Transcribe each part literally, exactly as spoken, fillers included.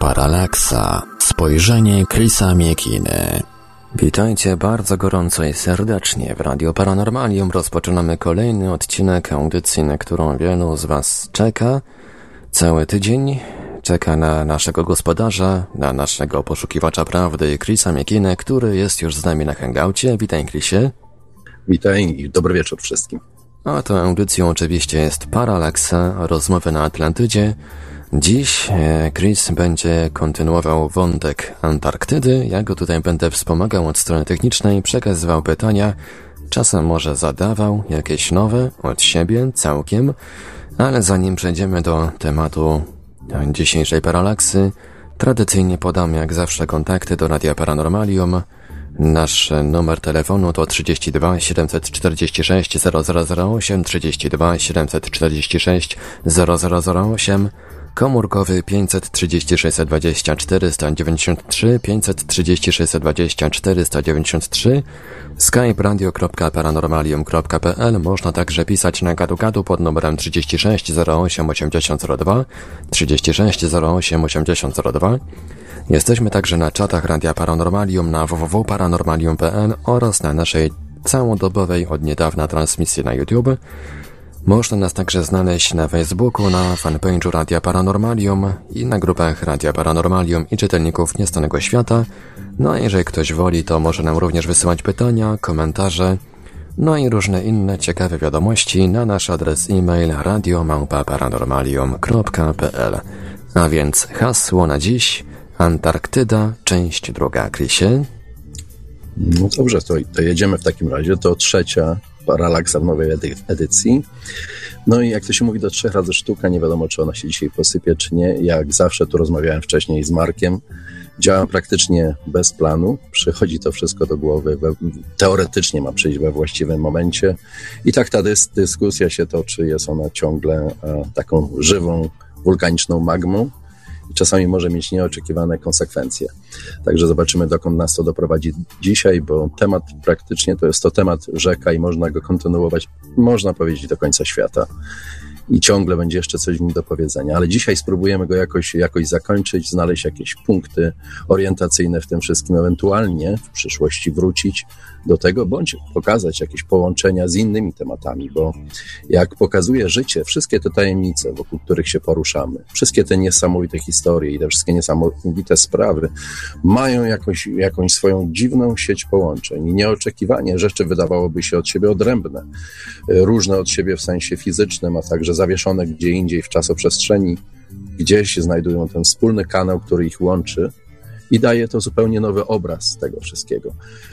Paralaksa. Spojrzenie Chrisa Miekiny. Witajcie bardzo gorąco i serdecznie w Radio Paranormalium. Rozpoczynamy kolejny odcinek audycji, na którą wielu z Was czeka. Cały tydzień czeka na naszego gospodarza, na naszego poszukiwacza prawdy Chrisa Miekinę, który jest już z nami na hangoucie. Witaj, Chrisie. Witaj i dobry wieczór wszystkim. A to audycją oczywiście jest Paralaksa, rozmowy na Atlantydzie. Dziś Chris będzie kontynuował wątek Antarktydy. Ja go tutaj będę wspomagał od strony technicznej, przekazywał pytania, czasem może zadawał jakieś nowe od siebie całkiem, ale zanim przejdziemy do tematu dzisiejszej Paralaksy, tradycyjnie podam jak zawsze kontakty do Radia Paranormalium. Nasz numer telefonu to trzydzieści dwa siedemset czterdzieści sześć zero zero zero osiem, trzydzieści dwa siedemset czterdzieści sześć zero zero zero osiem, komórkowy pięćset trzydzieści sześć dwadzieścia czterysta dziewięćdziesiąt trzy, pięćset trzydzieści sześć dwadzieścia czterysta dziewięćdziesiąt trzy, skype radio kropka paranormalium kropka p l. Można także pisać na gadu-gadu pod numerem trzydzieści sześć zero osiem osiemdziesiąt zero dwa, trzydzieści sześć zero osiem osiemdziesiąt zero dwa. Jesteśmy także na czatach Radia Paranormalium na w w w kropka paranormalium kropka p l oraz na naszej całodobowej od niedawna transmisji na YouTube. Można nas także znaleźć na Facebooku, na fanpage'u Radia Paranormalium i na grupach Radia Paranormalium i Czytelników Niestanego Świata. No a jeżeli ktoś woli, to może nam również wysyłać pytania, komentarze, no i różne inne ciekawe wiadomości na nasz adres e-mail radio małpa paranormalium kropka p l. A więc hasło na dziś: Antarktyda, część druga. Chrisie? No dobrze, to, to jedziemy w takim razie. To trzecia Paralaksa w nowej edy- edycji. No i jak to się mówi, do trzech razy sztuka, nie wiadomo, czy ona się dzisiaj posypie, czy nie. Jak zawsze, tu rozmawiałem wcześniej z Markiem, działam praktycznie bez planu, przychodzi to wszystko do głowy, we, teoretycznie ma przyjść we właściwym momencie i tak ta dys- dyskusja się toczy, jest ona ciągle e, taką żywą, wulkaniczną magmą. Czasami może mieć nieoczekiwane konsekwencje. Także zobaczymy, dokąd nas to doprowadzi dzisiaj, bo temat praktycznie to jest to temat rzeka i można go kontynuować, można powiedzieć, do końca świata. I ciągle będzie jeszcze coś w nim do powiedzenia. Ale dzisiaj spróbujemy go jakoś, jakoś zakończyć, znaleźć jakieś punkty orientacyjne w tym wszystkim, ewentualnie w przyszłości wrócić do tego, bądź pokazać jakieś połączenia z innymi tematami, bo jak pokazuje życie, wszystkie te tajemnice, wokół których się poruszamy, wszystkie te niesamowite historie i te wszystkie niesamowite sprawy mają jakąś, jakąś swoją dziwną sieć połączeń i nieoczekiwanie rzeczy wydawałoby się od siebie odrębne, różne od siebie w sensie fizycznym, a także zawieszone gdzie indziej w czasoprzestrzeni, gdzieś znajdują ten wspólny kanał, który ich łączy i daje to zupełnie nowy obraz tego wszystkiego.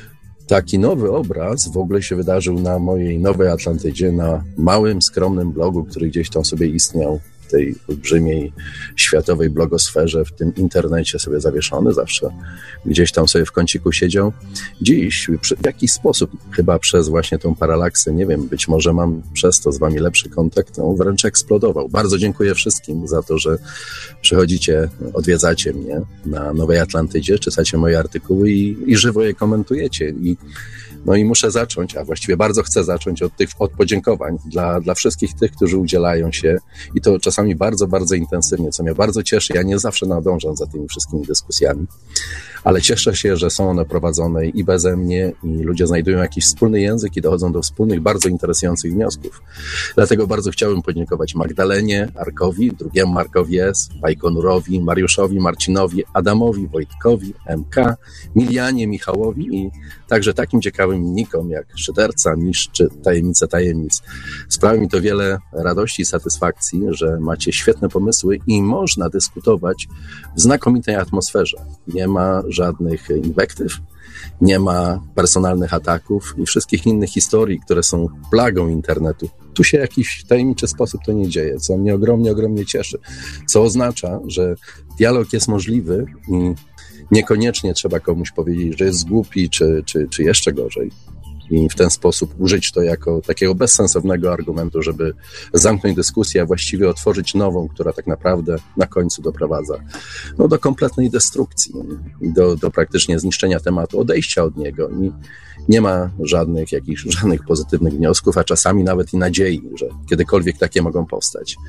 Taki nowy obraz w ogóle się wydarzył na mojej Nowej Atlantydzie, na małym, skromnym blogu, który gdzieś tam sobie istniał w tej olbrzymiej światowej blogosferze, w tym internecie sobie zawieszony, zawsze gdzieś tam sobie w kąciku siedział. Dziś w jakiś sposób, chyba przez właśnie tą paralaksę, nie wiem, być może mam przez to z wami lepszy kontakt, no, wręcz eksplodował. Bardzo dziękuję wszystkim za to, że przychodzicie, odwiedzacie mnie na Nowej Atlantydzie, czytacie moje artykuły i, i żywo je komentujecie. I No i muszę zacząć, a właściwie bardzo chcę zacząć od tych od podziękowań dla, dla wszystkich tych, którzy udzielają się i to czasami bardzo, bardzo intensywnie, co mnie bardzo cieszy. Ja nie zawsze nadążam za tymi wszystkimi dyskusjami, ale cieszę się, że są one prowadzone i beze mnie i ludzie znajdują jakiś wspólny język i dochodzą do wspólnych, bardzo interesujących wniosków. Dlatego bardzo chciałbym podziękować Magdalenie, Arkowi, drugiemu Markowi S., Bajkonurowi, Mariuszowi, Marcinowi, Adamowi, Wojtkowi, M K, Milianie, Michałowi i także takim ciekawym nikom jak Szyderca, Misz czy Tajemnice Tajemnic. Sprawia mi to wiele radości i satysfakcji, że macie świetne pomysły i można dyskutować w znakomitej atmosferze. Nie ma żadnych inwektyw, nie ma personalnych ataków i wszystkich innych historii, które są plagą internetu. Tu się w jakiś tajemniczy sposób to nie dzieje, co mnie ogromnie, ogromnie cieszy. Co oznacza, że dialog jest możliwy i niekoniecznie trzeba komuś powiedzieć, że jest głupi, czy, czy, czy jeszcze gorzej. I w ten sposób użyć to jako takiego bezsensownego argumentu, żeby zamknąć dyskusję, a właściwie otworzyć nową, która tak naprawdę na końcu doprowadza no, do kompletnej destrukcji, do, do praktycznie zniszczenia tematu, odejścia od niego. I nie ma żadnych jakichś żadnych pozytywnych wniosków, a czasami nawet i nadziei, że kiedykolwiek takie mogą powstać.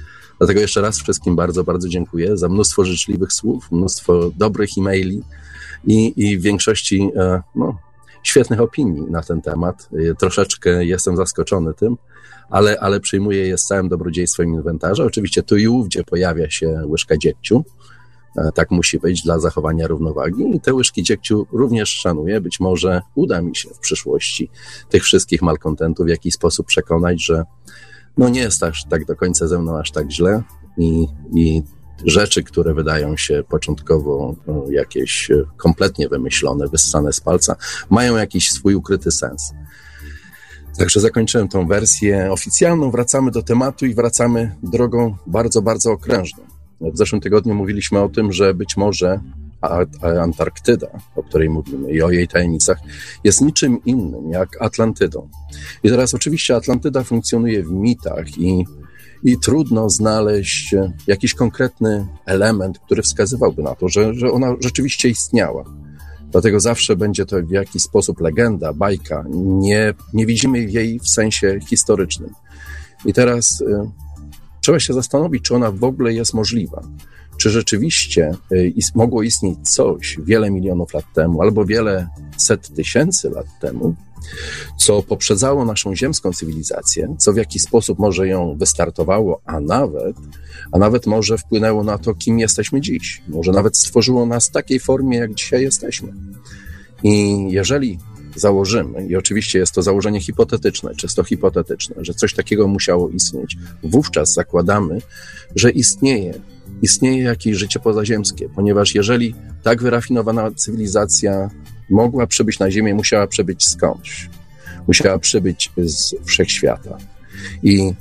Dlatego jeszcze raz wszystkim bardzo, bardzo dziękuję za mnóstwo życzliwych słów, mnóstwo dobrych e-maili i, i w większości no, świetnych opinii na ten temat. Troszeczkę jestem zaskoczony tym, ale, ale przyjmuję je z całym dobrodziejstwem inwentarza. Oczywiście tu i ówdzie pojawia się łyżka dziegciu. Tak musi być dla zachowania równowagi i te łyżki dziegciu również szanuję. Być może uda mi się w przyszłości tych wszystkich malkontentów w jakiś sposób przekonać, że no nie jest aż tak do końca ze mną aż tak źle i, i rzeczy, które wydają się początkowo no, jakieś kompletnie wymyślone, wyssane z palca, mają jakiś swój ukryty sens. Także zakończyłem tą wersję oficjalną, wracamy do tematu i wracamy drogą bardzo, bardzo okrężną. W zeszłym tygodniu mówiliśmy o tym, że być może Antarktyda, o której mówimy i o jej tajemnicach, jest niczym innym jak Atlantydą. I teraz oczywiście Atlantyda funkcjonuje w mitach i, i trudno znaleźć jakiś konkretny element, który wskazywałby na to, że, że ona rzeczywiście istniała. Dlatego zawsze będzie to w jakiś sposób legenda, bajka. Nie, nie widzimy jej w sensie historycznym. I teraz y, trzeba się zastanowić, czy ona w ogóle jest możliwa. Czy rzeczywiście y, is, mogło istnieć coś wiele milionów lat temu, albo wiele set tysięcy lat temu, co poprzedzało naszą ziemską cywilizację, co w jakiś sposób może ją wystartowało, a nawet, a nawet może wpłynęło na to, kim jesteśmy dziś. Może nawet stworzyło nas w takiej formie, jak dzisiaj jesteśmy. I jeżeli założymy, i oczywiście jest to założenie hipotetyczne, czysto hipotetyczne, że coś takiego musiało istnieć, wówczas zakładamy, że istnieje, istnieje jakieś życie pozaziemskie, ponieważ jeżeli tak wyrafinowana cywilizacja mogła przybyć na Ziemię, musiała przybyć skądś. Musiała przybyć z wszechświata. I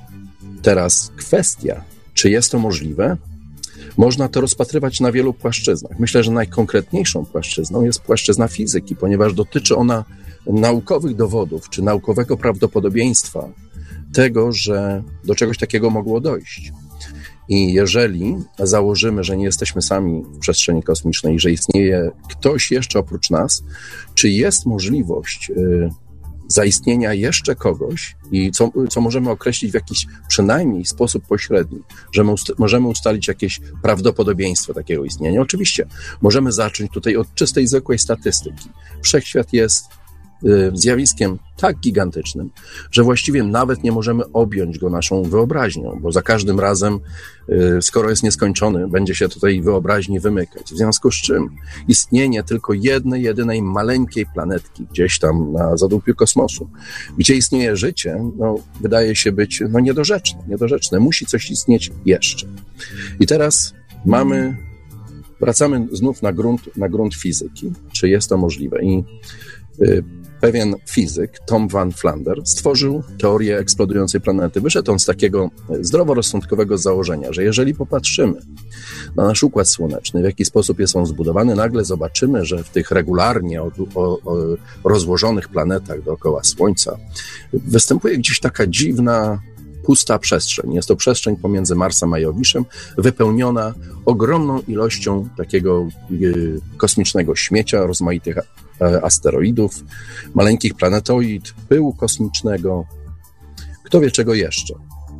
teraz kwestia, czy jest to możliwe? Można to rozpatrywać na wielu płaszczyznach. Myślę, że najkonkretniejszą płaszczyzną jest płaszczyzna fizyki, ponieważ dotyczy ona naukowych dowodów, czy naukowego prawdopodobieństwa tego, że do czegoś takiego mogło dojść. I jeżeli założymy, że nie jesteśmy sami w przestrzeni kosmicznej, że istnieje ktoś jeszcze oprócz nas, czy jest możliwość y, zaistnienia jeszcze kogoś i co, co możemy określić w jakiś przynajmniej sposób pośredni, że my ust- możemy ustalić jakieś prawdopodobieństwo takiego istnienia. Oczywiście możemy zacząć tutaj od czystej, zwykłej statystyki. Wszechświat jest y, zjawiskiem tak gigantycznym, że właściwie nawet nie możemy objąć go naszą wyobraźnią, bo za każdym razem, skoro jest nieskończony, będzie się tutaj wyobraźni wymykać. W związku z czym istnienie tylko jednej, jedynej maleńkiej planetki gdzieś tam na zadłupiu kosmosu, gdzie istnieje życie, no, wydaje się być no, niedorzeczne, niedorzeczne. Musi coś istnieć jeszcze. I teraz mamy, wracamy znów na grunt, na grunt fizyki. Czy jest to możliwe? I y, pewien fizyk, Tom Van Flander, stworzył teorię eksplodującej planety. Wyszedł on z takiego zdroworozsądkowego założenia, że jeżeli popatrzymy na nasz Układ Słoneczny, w jaki sposób jest on zbudowany, nagle zobaczymy, że w tych regularnie o, o, o rozłożonych planetach dookoła Słońca występuje gdzieś taka dziwna, pusta przestrzeń. Jest to przestrzeń pomiędzy Marsem a Jowiszem, wypełniona ogromną ilością takiego y, kosmicznego śmiecia, rozmaitych asteroidów, maleńkich planetoid, pyłu kosmicznego, kto wie czego jeszcze.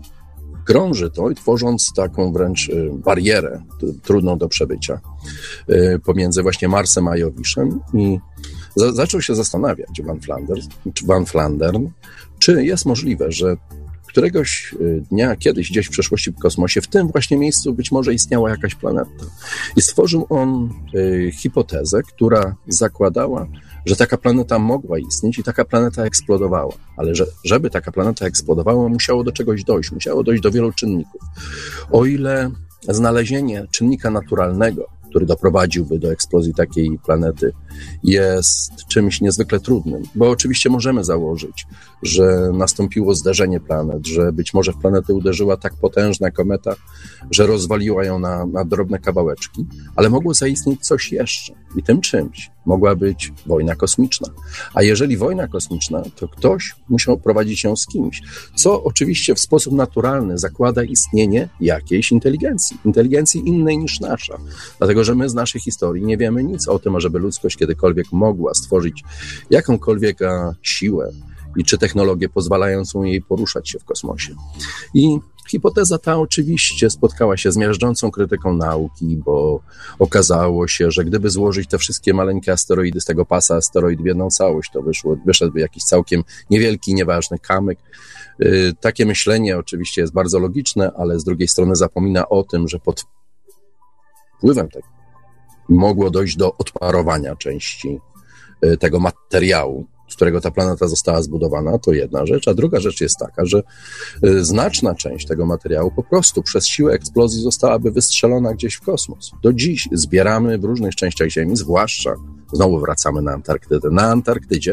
Krąży to, tworząc taką wręcz barierę trudną do przebycia pomiędzy właśnie Marsem a Jowiszem i za- zaczął się zastanawiać Van Flandern, Van Flandern, czy jest możliwe, że któregoś dnia, kiedyś gdzieś w przeszłości w kosmosie, w tym właśnie miejscu być może istniała jakaś planeta. I stworzył on y, hipotezę, która zakładała, że taka planeta mogła istnieć i taka planeta eksplodowała. Ale że, żeby taka planeta eksplodowała, musiało do czegoś dojść, musiało dojść do wielu czynników. O ile znalezienie czynnika naturalnego, który doprowadziłby do eksplozji takiej planety, jest czymś niezwykle trudnym, bo oczywiście możemy założyć, że nastąpiło zderzenie planet, że być może w planetę uderzyła tak potężna kometa, że rozwaliła ją na, na drobne kawałeczki, ale mogło zaistnieć coś jeszcze i tym czymś mogła być wojna kosmiczna. A jeżeli wojna kosmiczna, to ktoś musiał prowadzić ją z kimś, co oczywiście w sposób naturalny zakłada istnienie jakiejś inteligencji, inteligencji innej niż nasza, dlatego że my z naszej historii nie wiemy nic o tym, ażeby ludzkość kiedykolwiek mogła stworzyć jakąkolwiek siłę i czy technologię pozwalającą jej poruszać się w kosmosie. I Hipoteza ta oczywiście spotkała się z miażdżącą krytyką nauki, bo okazało się, że gdyby złożyć te wszystkie maleńkie asteroidy z tego pasa asteroid w jedną całość, to wyszło, wyszedłby jakiś całkiem niewielki, nieważny kamyk. Takie myślenie oczywiście jest bardzo logiczne, ale z drugiej strony zapomina o tym, że pod wpływem tego mogło dojść do odparowania części tego materiału, z którego ta planeta została zbudowana, to jedna rzecz, a druga rzecz jest taka, że znaczna część tego materiału po prostu przez siłę eksplozji zostałaby wystrzelona gdzieś w kosmos. Do dziś zbieramy w różnych częściach Ziemi, zwłaszcza, znowu wracamy na Antarktydę, na Antarktydzie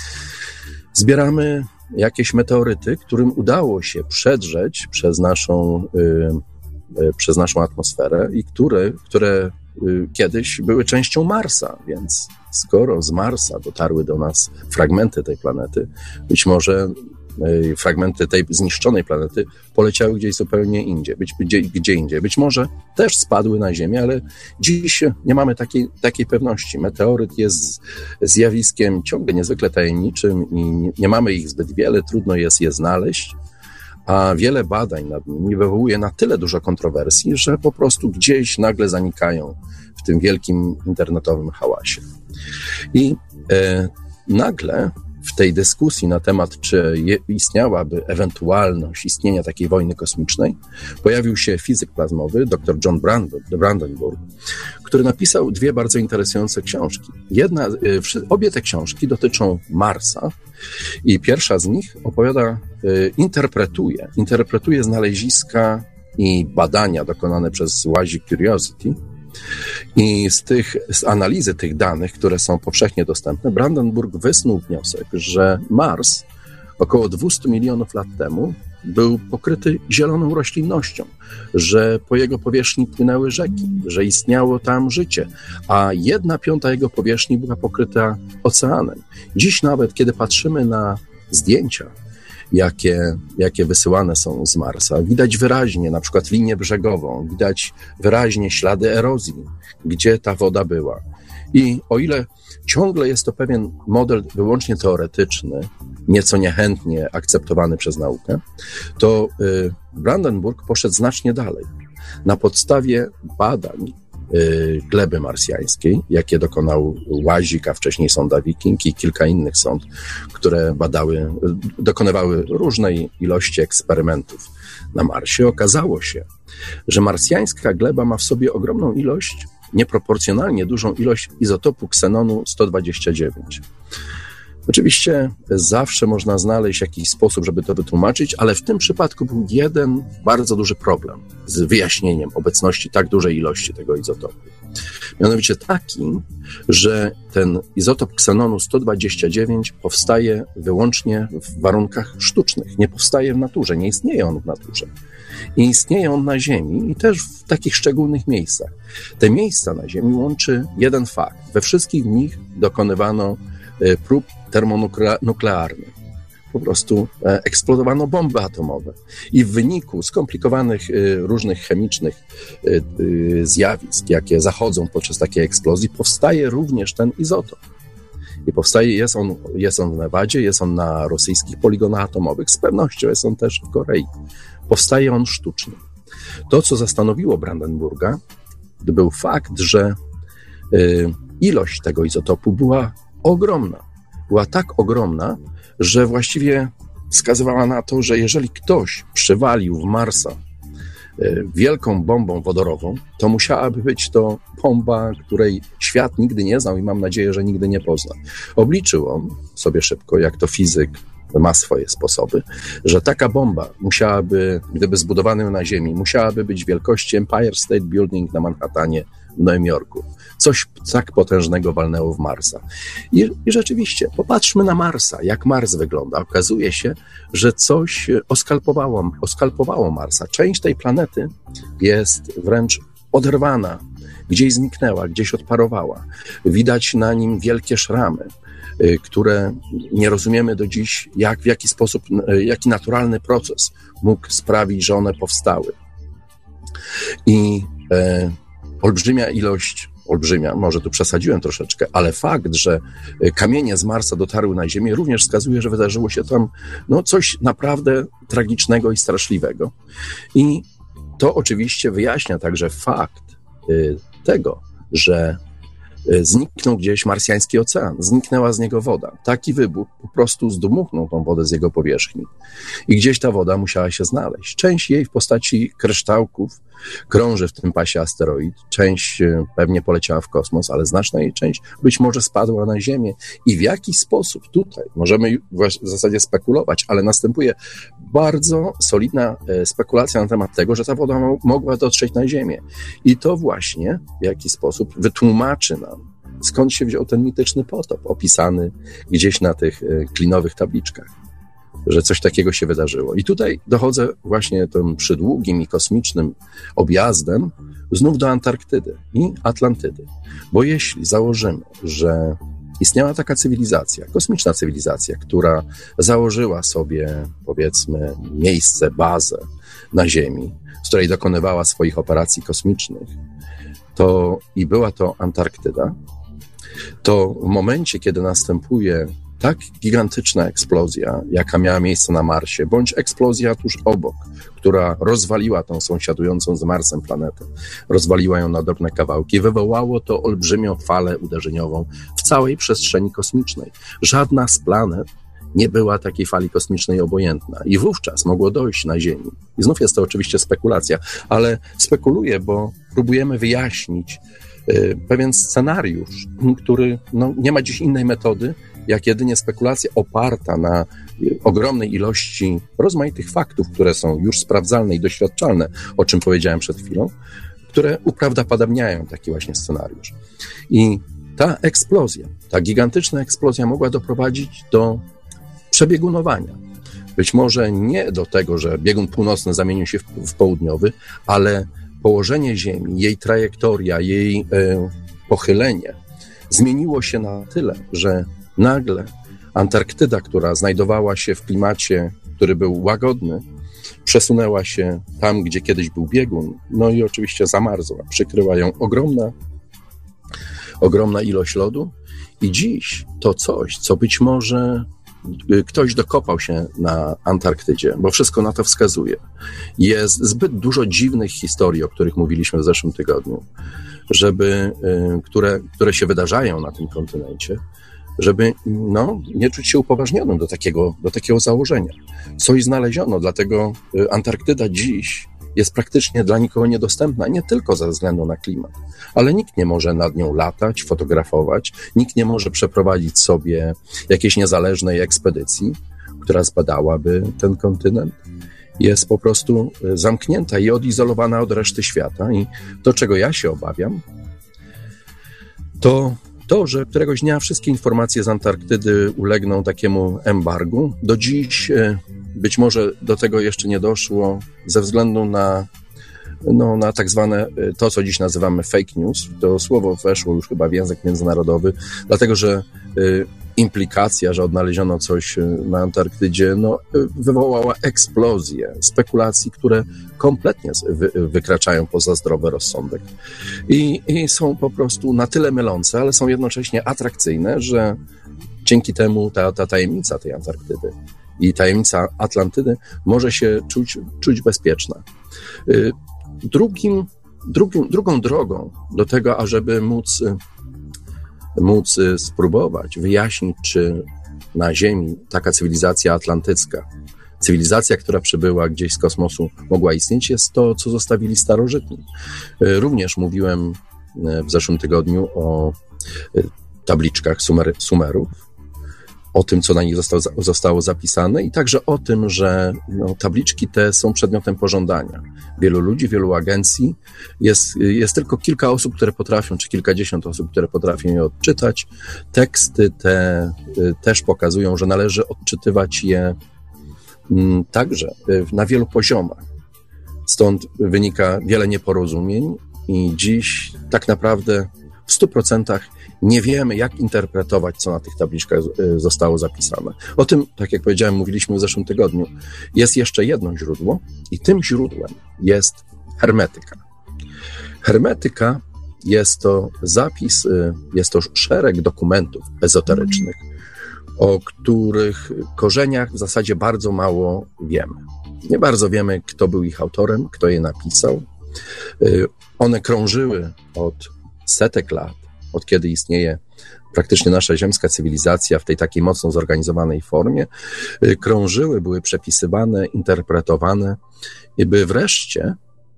zbieramy jakieś meteoryty, którym udało się przedrzeć przez naszą, y, y, przez naszą atmosferę i które, które y, kiedyś były częścią Marsa, więc skoro z Marsa dotarły do nas fragmenty tej planety, być może y, fragmenty tej zniszczonej planety poleciały gdzieś zupełnie indziej, być, gdzie, gdzie indziej. Być może też spadły na Ziemię, ale dziś nie mamy takiej, takiej pewności. Meteoryt jest zjawiskiem ciągle niezwykle tajemniczym i nie, nie mamy ich zbyt wiele, trudno jest je znaleźć, a wiele badań nad nimi wywołuje na tyle dużo kontrowersji, że po prostu gdzieś nagle zanikają w tym wielkim internetowym hałasie. I e, nagle w tej dyskusji na temat, czy je, istniałaby ewentualność istnienia takiej wojny kosmicznej, pojawił się fizyk plazmowy dr John Brandenburg, który napisał dwie bardzo interesujące książki. Jedna, obie te książki dotyczą Marsa i pierwsza z nich opowiada, interpretuje, interpretuje znaleziska i badania dokonane przez łazik Curiosity. I z, tych, z analizy tych danych, które są powszechnie dostępne, Brandenburg wysnuł wniosek, że Mars około dwieście milionów lat temu był pokryty zieloną roślinnością, że po jego powierzchni płynęły rzeki, że istniało tam życie, a jedna piąta jego powierzchni była pokryta oceanem. Dziś nawet, kiedy patrzymy na zdjęcia, jakie, jakie wysyłane są z Marsa, widać wyraźnie na przykład linię brzegową, widać wyraźnie ślady erozji, gdzie ta woda była. I o ile ciągle jest to pewien model wyłącznie teoretyczny, nieco niechętnie akceptowany przez naukę, to y, Brandenburg poszedł znacznie dalej. Na podstawie badań y, gleby marsjańskiej, jakie dokonał łazik, a wcześniej sonda Viking i kilka innych sond, które badały, dokonywały różnej ilości eksperymentów na Marsie, okazało się, że marsjańska gleba ma w sobie ogromną ilość, nieproporcjonalnie dużą ilość izotopu ksenonu sto dwadzieścia dziewięć. Oczywiście zawsze można znaleźć jakiś sposób, żeby to wytłumaczyć, ale w tym przypadku był jeden bardzo duży problem z wyjaśnieniem obecności tak dużej ilości tego izotopu. Mianowicie taki, że ten izotop ksenonu sto dwadzieścia dziewięć powstaje wyłącznie w warunkach sztucznych, nie powstaje w naturze, nie istnieje on w naturze. I istnieje on na Ziemi i też w takich szczególnych miejscach. Te miejsca na Ziemi łączy jeden fakt. We wszystkich nich dokonywano prób termonuklearnych. Po prostu eksplodowano bomby atomowe. I w wyniku skomplikowanych różnych chemicznych zjawisk, jakie zachodzą podczas takiej eksplozji, powstaje również ten izotop. I powstaje, jest on, jest on w Nevadzie, jest on na rosyjskich poligonach atomowych, z pewnością jest on też w Korei. Powstaje on sztucznie. To, co zastanowiło Brandenburga, to był fakt, że y, ilość tego izotopu była ogromna. Była tak ogromna, że właściwie wskazywała na to, że jeżeli ktoś przywalił w Marsa y, wielką bombą wodorową, to musiałaby być to bomba, której świat nigdy nie znał i mam nadzieję, że nigdy nie pozna. Obliczył on sobie szybko, jak to fizyk ma swoje sposoby, że taka bomba musiałaby, gdyby zbudowano ją na Ziemi, musiałaby być wielkości Empire State Building na Manhattanie w Nowym Jorku. Coś tak potężnego walnęło w Marsa. I, I rzeczywiście, popatrzmy na Marsa, jak Mars wygląda. Okazuje się, że coś oskalpowało, oskalpowało Marsa. Część tej planety jest wręcz oderwana, gdzieś zniknęła, gdzieś odparowała. Widać na nim wielkie szramy, które nie rozumiemy do dziś, jak, w jaki sposób, jaki naturalny proces mógł sprawić, że one powstały. I e, olbrzymia ilość, olbrzymia, może tu przesadziłem troszeczkę, ale fakt, że kamienie z Marsa dotarły na Ziemię, również wskazuje, że wydarzyło się tam no, coś naprawdę tragicznego i straszliwego. I to oczywiście wyjaśnia także fakt y, tego, że zniknął gdzieś marsjański ocean, zniknęła z niego woda. Taki wybuch po prostu zdmuchnął tą wodę z jego powierzchni i gdzieś ta woda musiała się znaleźć. Część jej w postaci kryształków krąży w tym pasie asteroid, część pewnie poleciała w kosmos, ale znaczna jej część być może spadła na Ziemię i w jakiś sposób tutaj możemy w zasadzie spekulować, ale następuje bardzo solidna spekulacja na temat tego, że ta woda mogła dotrzeć na Ziemię i to właśnie w jakiś sposób wytłumaczy nam, skąd się wziął ten mityczny potop opisany gdzieś na tych klinowych tabliczkach, że coś takiego się wydarzyło. I tutaj dochodzę właśnie tym przydługim i kosmicznym objazdem znów do Antarktydy i Atlantydy. Bo jeśli założymy, że istniała taka cywilizacja, kosmiczna cywilizacja, która założyła sobie, powiedzmy, miejsce, bazę na Ziemi, z której dokonywała swoich operacji kosmicznych, to i była to Antarktyda, to w momencie, kiedy następuje tak gigantyczna eksplozja, jaka miała miejsce na Marsie, bądź eksplozja tuż obok, która rozwaliła tą sąsiadującą z Marsem planetę, rozwaliła ją na drobne kawałki, wywołało to olbrzymią falę uderzeniową w całej przestrzeni kosmicznej. Żadna z planet nie była takiej fali kosmicznej obojętna i wówczas mogło dojść na Ziemi. I znów jest to oczywiście spekulacja, ale spekuluję, bo próbujemy wyjaśnić y, pewien scenariusz, który no, nie ma dziś innej metody, jak jedynie spekulacja oparta na ogromnej ilości rozmaitych faktów, które są już sprawdzalne i doświadczalne, o czym powiedziałem przed chwilą, które uprawdopodobniają taki właśnie scenariusz. I ta eksplozja, ta gigantyczna eksplozja mogła doprowadzić do przebiegunowania. Być może nie do tego, że biegun północny zamienił się w, w południowy, ale położenie Ziemi, jej trajektoria, jej y, pochylenie zmieniło się na tyle, że nagle Antarktyda, która znajdowała się w klimacie, który był łagodny, przesunęła się tam, gdzie kiedyś był biegun, no i oczywiście zamarzła. Przykryła ją ogromna, ogromna ilość lodu i dziś to coś, co być może ktoś dokopał się na Antarktydzie, bo wszystko na to wskazuje. Jest zbyt dużo dziwnych historii, o których mówiliśmy w zeszłym tygodniu, żeby, które, które się wydarzają na tym kontynencie, żeby no, nie czuć się upoważnionym do takiego, do takiego założenia. Coś znaleziono, dlatego Antarktyda dziś jest praktycznie dla nikogo niedostępna, nie tylko ze względu na klimat, ale nikt nie może nad nią latać, fotografować, nikt nie może przeprowadzić sobie jakiejś niezależnej ekspedycji, która zbadałaby ten kontynent. Jest po prostu zamknięta i odizolowana od reszty świata. I to, czego ja się obawiam, to to, że któregoś dnia wszystkie informacje z Antarktydy ulegną takiemu embargu. Do dziś być może do tego jeszcze nie doszło ze względu na, no, na tak zwane to, co dziś nazywamy fake news. To słowo weszło już chyba w język międzynarodowy, dlatego że y, implikacja, że odnaleziono coś na Antarktydzie, no, wywołała eksplozję spekulacji, które kompletnie wy, wykraczają poza zdrowy rozsądek. I, I są po prostu na tyle mylące, ale są jednocześnie atrakcyjne, że dzięki temu ta, ta tajemnica tej Antarktydy i tajemnica Atlantydy może się czuć, czuć bezpieczna. Drugim, drugim, drugą drogą do tego, ażeby móc móc spróbować wyjaśnić, czy na Ziemi taka cywilizacja atlantycka, cywilizacja, która przybyła gdzieś z kosmosu, mogła istnieć, jest to, co zostawili starożytni. Również mówiłem w zeszłym tygodniu o tabliczkach Sumer, Sumerów, o tym, co na nich zostało, zostało zapisane i także o tym, że no, tabliczki te są przedmiotem pożądania. Wielu ludzi, wielu agencji, jest, jest tylko kilka osób, które potrafią, czy kilkadziesiąt osób, które potrafią je odczytać. Teksty te też pokazują, że należy odczytywać je m, także na wielu poziomach. Stąd wynika wiele nieporozumień i dziś tak naprawdę w stu procentach nie wiemy, jak interpretować, co na tych tabliczkach zostało zapisane. O tym, tak jak powiedziałem, mówiliśmy w zeszłym tygodniu. Jest jeszcze jedno źródło i tym źródłem jest hermetyka. Hermetyka jest to zapis, jest to szereg dokumentów ezoterycznych, o których korzeniach w zasadzie bardzo mało wiemy. Nie bardzo wiemy, kto był ich autorem, kto je napisał. One krążyły od setek lat, od kiedy istnieje praktycznie nasza ziemska cywilizacja w tej takiej mocno zorganizowanej formie, krążyły, były przepisywane, interpretowane, i by wreszcie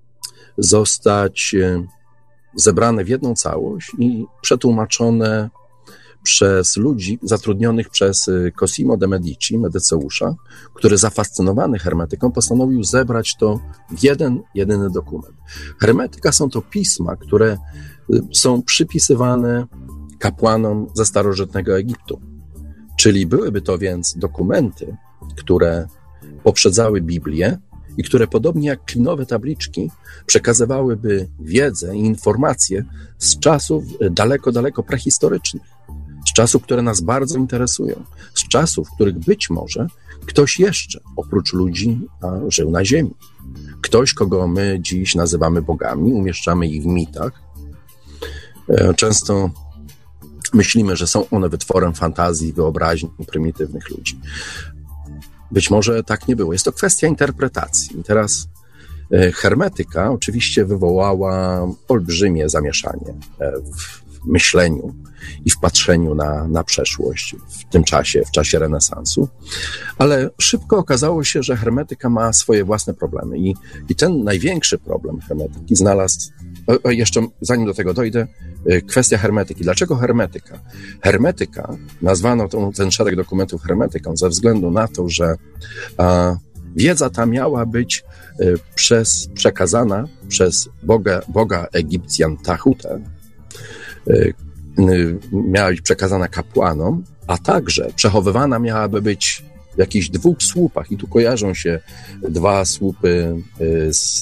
zostać zebrane w jedną całość i przetłumaczone przez ludzi zatrudnionych przez Cosimo de Medici, Medyceusza, który zafascynowany hermetyką postanowił zebrać to w jeden, jedyny dokument. Hermetyka są to pisma, które są przypisywane kapłanom ze starożytnego Egiptu. Czyli byłyby to więc dokumenty, które poprzedzały Biblię i które podobnie jak klinowe tabliczki przekazywałyby wiedzę i informacje z czasów daleko, daleko prehistorycznych, z czasów, które nas bardzo interesują, z czasów, w których być może ktoś jeszcze oprócz ludzi żył na ziemi. Ktoś, kogo my dziś nazywamy bogami, umieszczamy ich w mitach. Często myślimy, że są one wytworem fantazji, wyobraźni prymitywnych ludzi. Być może tak nie było. Jest to kwestia interpretacji. I teraz hermetyka oczywiście wywołała olbrzymie zamieszanie w myśleniu i w patrzeniu na, na przeszłość w tym czasie, w czasie renesansu, ale szybko okazało się, że hermetyka ma swoje własne problemy i, i ten największy problem hermetyki znalazł, o, o, jeszcze zanim do tego dojdę, kwestia hermetyki. Dlaczego hermetyka? Hermetyka, nazwano tą, ten szereg dokumentów hermetyką ze względu na to, że a, wiedza ta miała być y, przez, przekazana przez Boga, Boga Egipcjan Tahutę, y, y, miała być przekazana kapłanom, a także przechowywana miałaby być w jakichś dwóch słupach i tu kojarzą się dwa słupy y, z,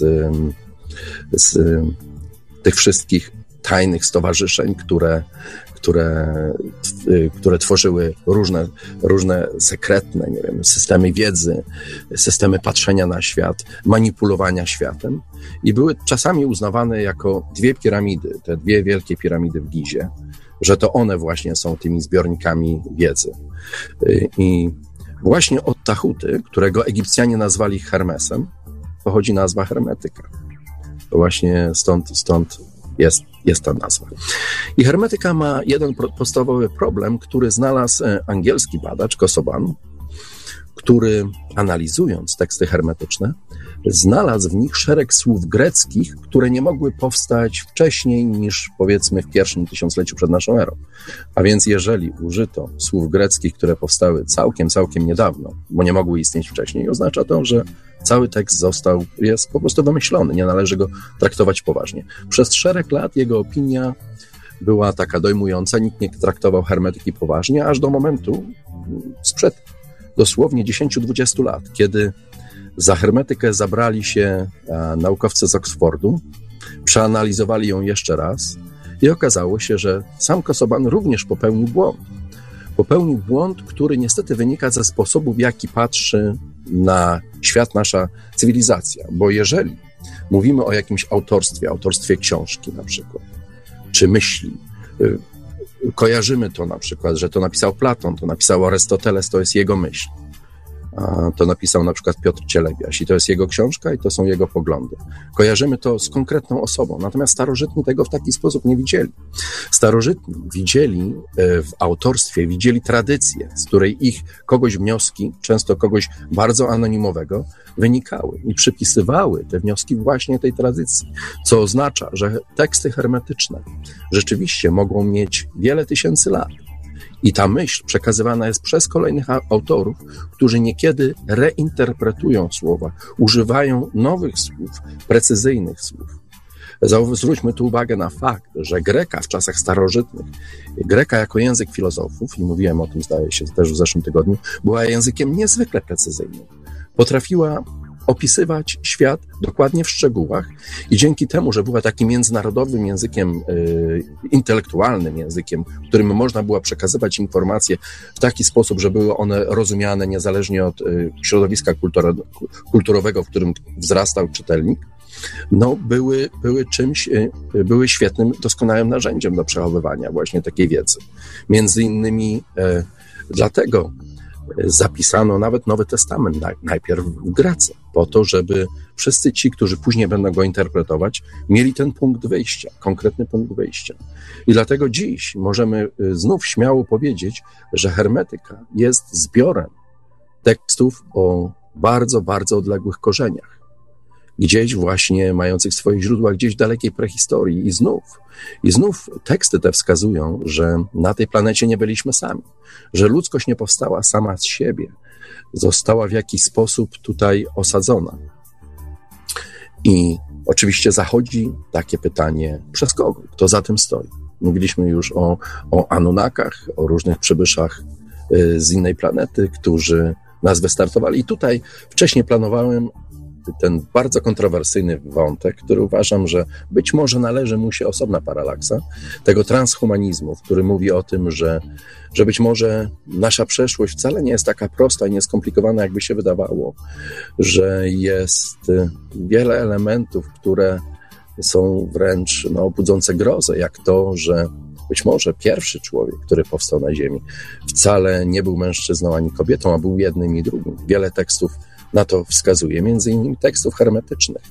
z y, tych wszystkich tajnych stowarzyszeń, które, które, które tworzyły różne, różne sekretne, nie wiem, systemy wiedzy, systemy patrzenia na świat, manipulowania światem i były czasami uznawane jako dwie piramidy, te dwie wielkie piramidy w Gizie, że to one właśnie są tymi zbiornikami wiedzy. I właśnie od Tahuty, którego Egipcjanie nazwali Hermesem, pochodzi nazwa hermetyka. To właśnie stąd, stąd jest, jest ta nazwa. I hermetyka ma jeden podstawowy problem, który znalazł angielski badacz Kosoban, który analizując teksty hermetyczne, znalazł w nich szereg słów greckich, które nie mogły powstać wcześniej niż powiedzmy w pierwszym tysiącleciu przed naszą erą. A więc jeżeli użyto słów greckich, które powstały całkiem, całkiem niedawno, bo nie mogły istnieć wcześniej, oznacza to, że cały tekst został, jest po prostu wymyślony, nie należy go traktować poważnie. Przez szereg lat jego opinia była taka dojmująca, nikt nie traktował hermetyki poważnie, aż do momentu sprzed dosłownie dziesięć do dwudziestu lat, kiedy za hermetykę zabrali się a, naukowcy z Oksfordu, przeanalizowali ją jeszcze raz i okazało się, że sam Kosoban również popełnił błąd. Popełnił błąd, który niestety wynika ze sposobu, w jaki patrzy na świat nasza cywilizacja. Bo jeżeli mówimy o jakimś autorstwie, autorstwie książki na przykład, czy myśli, y, kojarzymy to na przykład, że to napisał Platon, to napisał Arystoteles, to jest jego myśl. A to napisał na przykład Piotr Cielebiaś i to jest jego książka i to są jego poglądy. Kojarzymy to z konkretną osobą, natomiast starożytni tego w taki sposób nie widzieli. Starożytni widzieli w autorstwie, widzieli tradycję, z której ich kogoś wnioski, często kogoś bardzo anonimowego, wynikały i przypisywały te wnioski właśnie tej tradycji, co oznacza, że teksty hermetyczne rzeczywiście mogą mieć wiele tysięcy lat. I ta myśl przekazywana jest przez kolejnych autorów, którzy niekiedy reinterpretują słowa, używają nowych słów, precyzyjnych słów. Zwróćmy tu uwagę na fakt, że greka w czasach starożytnych, greka jako język filozofów, i mówiłem o tym, zdaje się, też w zeszłym tygodniu, była językiem niezwykle precyzyjnym. Potrafiła opisywać świat dokładnie w szczegółach i dzięki temu, że była takim międzynarodowym językiem y, intelektualnym językiem, którym można było przekazywać informacje w taki sposób, że były one rozumiane niezależnie od y, środowiska kultura, kulturowego, w którym wzrastał czytelnik, no były, były czymś, były świetnym, doskonałym narzędziem do przechowywania właśnie takiej wiedzy. Między innymi e, dlatego zapisano nawet Nowy Testament najpierw w Grece, po to, żeby wszyscy ci, którzy później będą go interpretować, mieli ten punkt wyjścia, konkretny punkt wyjścia. I dlatego dziś możemy znów śmiało powiedzieć, że hermetyka jest zbiorem tekstów o bardzo, bardzo odległych korzeniach, gdzieś właśnie mających swoje źródła gdzieś w dalekiej prehistorii. I znów, i znów teksty te wskazują, że na tej planecie nie byliśmy sami, że ludzkość nie powstała sama z siebie, została w jakiś sposób tutaj osadzona. I oczywiście zachodzi takie pytanie, przez kogo? Kto za tym stoi? Mówiliśmy już o, o Anunnakach, o różnych przybyszach z innej planety, którzy nas wystartowali. I tutaj wcześniej planowałem ten bardzo kontrowersyjny wątek, który uważam, że być może należy mu się osobna paralaksa, tego transhumanizmu, który mówi o tym, że, że być może nasza przeszłość wcale nie jest taka prosta i nieskomplikowana, jakby się wydawało, że jest wiele elementów, które są wręcz no, budzące grozę, jak to, że być może pierwszy człowiek, który powstał na Ziemi, wcale nie był mężczyzną ani kobietą, a był jednym i drugim. Wiele tekstów na to wskazuje, między innymi tekstów hermetycznych.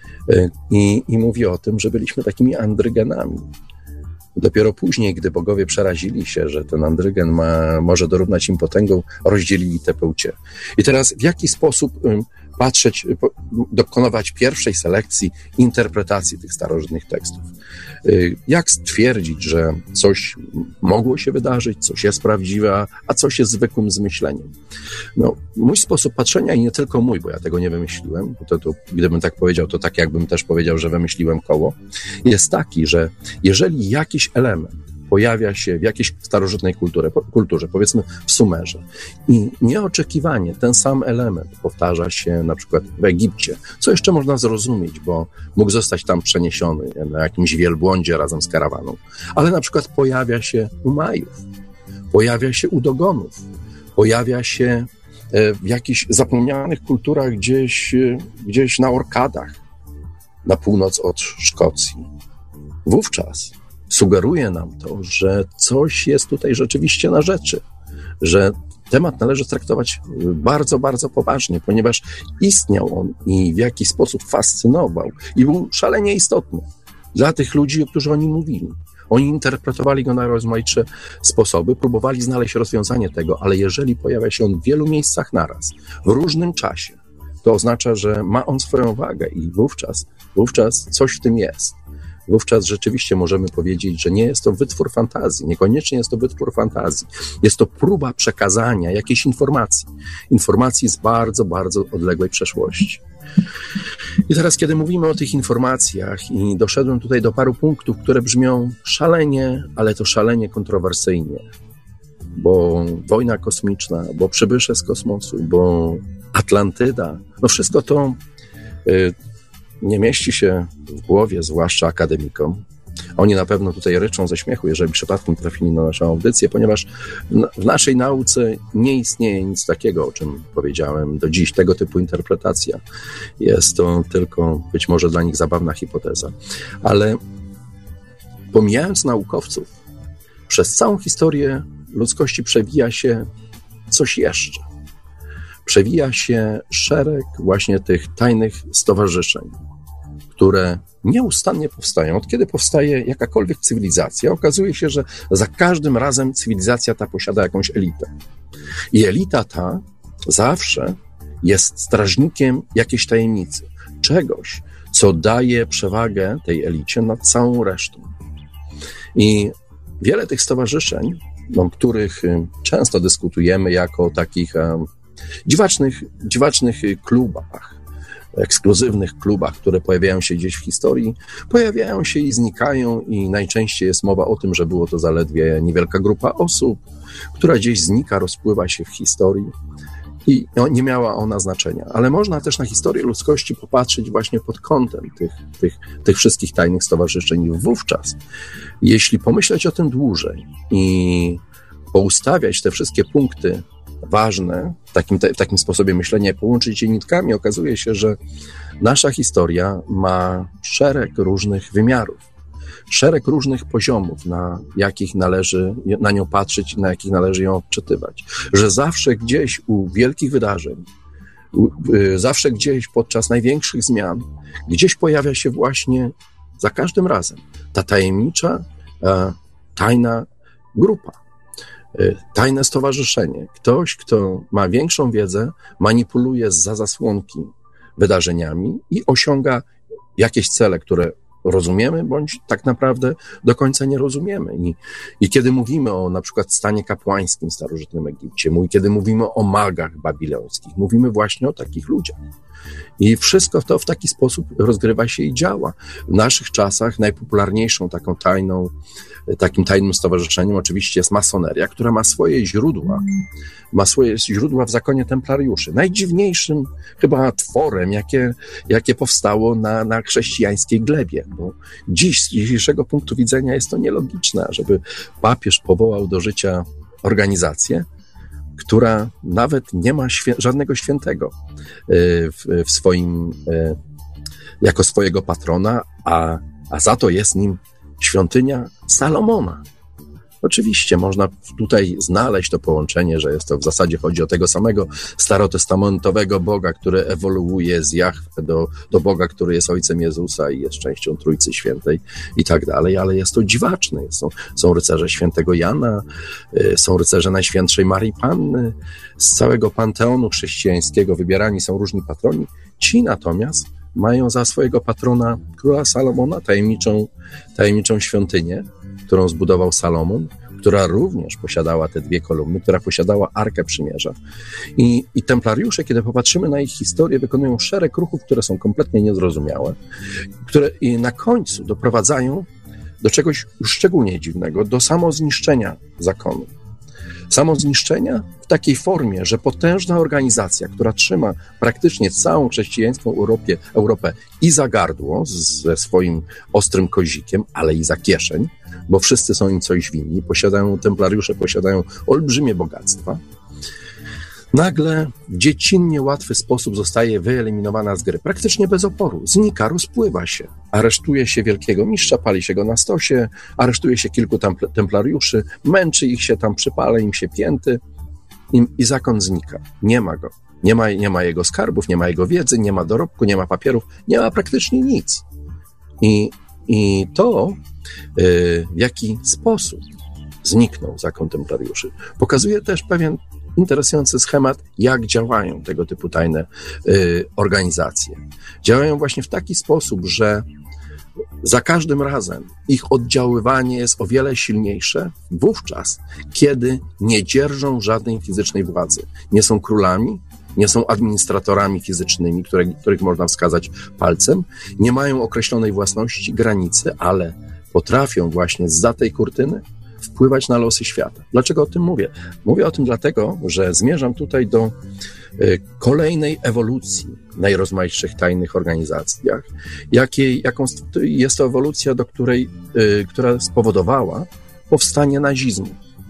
I, i mówi o tym, że byliśmy takimi andrygenami. Dopiero później, gdy bogowie przerazili się, że ten andrygen ma, może dorównać im potęgą, rozdzielili te płcie. I teraz w jaki sposób patrzeć, dokonywać pierwszej selekcji, interpretacji tych starożytnych tekstów? Jak stwierdzić, że coś mogło się wydarzyć, coś jest prawdziwe, a coś jest zwykłym zmyśleniem? No, mój sposób patrzenia, i nie tylko mój, bo ja tego nie wymyśliłem, to, to, gdybym tak powiedział, to tak jakbym też powiedział, że wymyśliłem koło, jest taki, że jeżeli jakiś element pojawia się w jakiejś starożytnej kulturze, kulturze, powiedzmy w Sumerze, i nieoczekiwanie ten sam element powtarza się na przykład w Egipcie, co jeszcze można zrozumieć, bo mógł zostać tam przeniesiony na jakimś wielbłądzie razem z karawaną, ale na przykład pojawia się u Majów, pojawia się u Dogonów, pojawia się w jakichś zapomnianych kulturach gdzieś, gdzieś na Orkadach, na północ od Szkocji. Wówczas sugeruje nam to, że coś jest tutaj rzeczywiście na rzeczy, że temat należy traktować bardzo, bardzo poważnie, ponieważ istniał on i w jakiś sposób fascynował i był szalenie istotny dla tych ludzi, którzy o nim mówili. Oni interpretowali go na rozmaite sposoby, próbowali znaleźć rozwiązanie tego, ale jeżeli pojawia się on w wielu miejscach naraz, w różnym czasie, to oznacza, że ma on swoją wagę i wówczas, wówczas coś w tym jest. Wówczas rzeczywiście możemy powiedzieć, że nie jest to wytwór fantazji, niekoniecznie jest to wytwór fantazji. Jest to próba przekazania jakiejś informacji, informacji z bardzo, bardzo odległej przeszłości. I teraz, kiedy mówimy o tych informacjach i doszedłem tutaj do paru punktów, które brzmią szalenie, ale to szalenie kontrowersyjnie, bo wojna kosmiczna, bo przybysze z kosmosu, bo Atlantyda, no wszystko to y, nie mieści się w głowie, zwłaszcza akademikom. Oni na pewno tutaj ryczą ze śmiechu, jeżeli przypadkiem trafili na naszą audycję, ponieważ w naszej nauce nie istnieje nic takiego, o czym powiedziałem do dziś. Tego typu interpretacja jest to tylko być może dla nich zabawna hipoteza. Ale pomijając naukowców, przez całą historię ludzkości przewija się coś jeszcze. Przewija się szereg właśnie tych tajnych stowarzyszeń, które nieustannie powstają. Od kiedy powstaje jakakolwiek cywilizacja, okazuje się, że za każdym razem cywilizacja ta posiada jakąś elitę. I elita ta zawsze jest strażnikiem jakiejś tajemnicy, czegoś, co daje przewagę tej elicie nad całą resztą. I wiele tych stowarzyszeń, o których często dyskutujemy jako o takich um, dziwacznych, dziwacznych klubach, ekskluzywnych klubach, które pojawiają się gdzieś w historii, pojawiają się i znikają i najczęściej jest mowa o tym, że było to zaledwie niewielka grupa osób, która gdzieś znika, rozpływa się w historii i nie miała ona znaczenia. Ale można też na historię ludzkości popatrzeć właśnie pod kątem tych, tych, tych wszystkich tajnych stowarzyszeń. I wówczas, jeśli pomyśleć o tym dłużej i poustawiać te wszystkie punkty ważne w takim, w takim sposobie myślenia, połączyć je nitkami, okazuje się, że nasza historia ma szereg różnych wymiarów, szereg różnych poziomów, na jakich należy na nią patrzeć i na jakich należy ją odczytywać. Że zawsze gdzieś u wielkich wydarzeń, u, y, zawsze gdzieś podczas największych zmian, gdzieś pojawia się właśnie za każdym razem ta tajemnicza, e, tajna grupa, e, tajne stowarzyszenie. Ktoś, kto ma większą wiedzę, manipuluje zza zasłonki wydarzeniami i osiąga jakieś cele, które rozumiemy, bądź tak naprawdę do końca nie rozumiemy. I, i kiedy mówimy o na przykład stanie kapłańskim w starożytnym Egipcie, kiedy mówimy o magach babilońskich, mówimy właśnie o takich ludziach. I wszystko to w taki sposób rozgrywa się i działa. W naszych czasach najpopularniejszą taką tajną, takim tajnym stowarzyszeniem oczywiście jest masoneria, która ma swoje źródła, ma swoje źródła w zakonie templariuszy. Najdziwniejszym chyba tworem, jakie, jakie powstało na, na chrześcijańskiej glebie. Bo dziś, z dzisiejszego punktu widzenia jest to nielogiczne, żeby papież powołał do życia organizację, która nawet nie ma świę- żadnego świętego w, w swoim, jako swojego patrona, a, a za to jest nim świątynia Salomona. Oczywiście można tutaj znaleźć to połączenie, że jest to w zasadzie chodzi o tego samego starotestamentowego Boga, który ewoluuje z Jahwe do, do Boga, który jest ojcem Jezusa i jest częścią Trójcy Świętej i tak dalej, ale jest to dziwaczne. Są, są rycerze świętego Jana, są rycerze Najświętszej Marii Panny, z całego panteonu chrześcijańskiego wybierani są różni patroni. Ci natomiast mają za swojego patrona króla Salomona, tajemniczą, tajemniczą świątynię, którą zbudował Salomon, która również posiadała te dwie kolumny, która posiadała Arkę Przymierza. I, i templariusze, kiedy popatrzymy na ich historię, wykonują szereg ruchów, które są kompletnie niezrozumiałe, które i na końcu doprowadzają do czegoś już szczególnie dziwnego, do samozniszczenia zakonu. Samozniszczenia w takiej formie, że potężna organizacja, która trzyma praktycznie całą chrześcijańską Europę, Europę i za gardło ze swoim ostrym kozikiem, ale i za kieszeń, bo wszyscy są im coś winni, posiadają, templariusze posiadają olbrzymie bogactwa, nagle w dziecinnie łatwy sposób zostaje wyeliminowana z gry, praktycznie bez oporu, znika, rozpływa się, aresztuje się wielkiego mistrza, pali się go na stosie, aresztuje się kilku templariuszy, męczy ich się tam, przypala im się pięty i, i zakon znika, nie ma go, nie ma, nie ma jego skarbów, nie ma jego wiedzy, nie ma dorobku, nie ma papierów, nie ma praktycznie nic. I, i to, yy, w jaki sposób zniknął zakon templariuszy, pokazuje też pewien interesujący schemat, jak działają tego typu tajne y, organizacje. Działają właśnie w taki sposób, że za każdym razem ich oddziaływanie jest o wiele silniejsze wówczas, kiedy nie dzierżą żadnej fizycznej władzy. Nie są królami, nie są administratorami fizycznymi, które, których można wskazać palcem, nie mają określonej własności, granicy, ale potrafią właśnie zza tej kurtyny wpływać na losy świata. Dlaczego o tym mówię? Mówię o tym dlatego, że zmierzam tutaj do y, kolejnej ewolucji w najrozmaitszych tajnych organizacjach, jakiej, jaką jest to ewolucja, do której, y, która spowodowała powstanie nazizmu.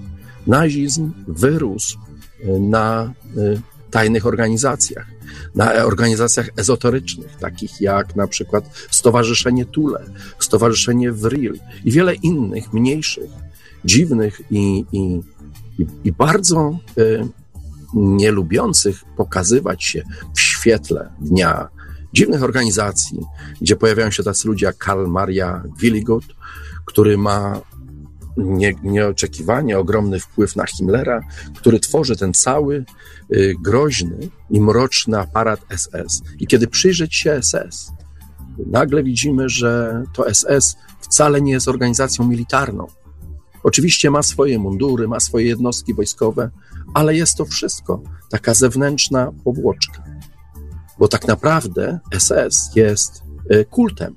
Nazizm wyrósł y, na y, tajnych organizacjach, na organizacjach ezoterycznych, takich jak na przykład Stowarzyszenie Thule, Stowarzyszenie Vril i wiele innych, mniejszych, dziwnych i, i, i, i bardzo y, nielubiących pokazywać się w świetle dnia dziwnych organizacji, gdzie pojawiają się tacy ludzie jak Karl Maria Willigut, który ma nie, nieoczekiwanie ogromny wpływ na Himmlera, który tworzy ten cały y, groźny i mroczny aparat S S. I kiedy przyjrzeć się S S, nagle widzimy, że to S S wcale nie jest organizacją militarną. Oczywiście ma swoje mundury, ma swoje jednostki wojskowe, ale jest to wszystko taka zewnętrzna powłoczka. Bo tak naprawdę S S jest kultem,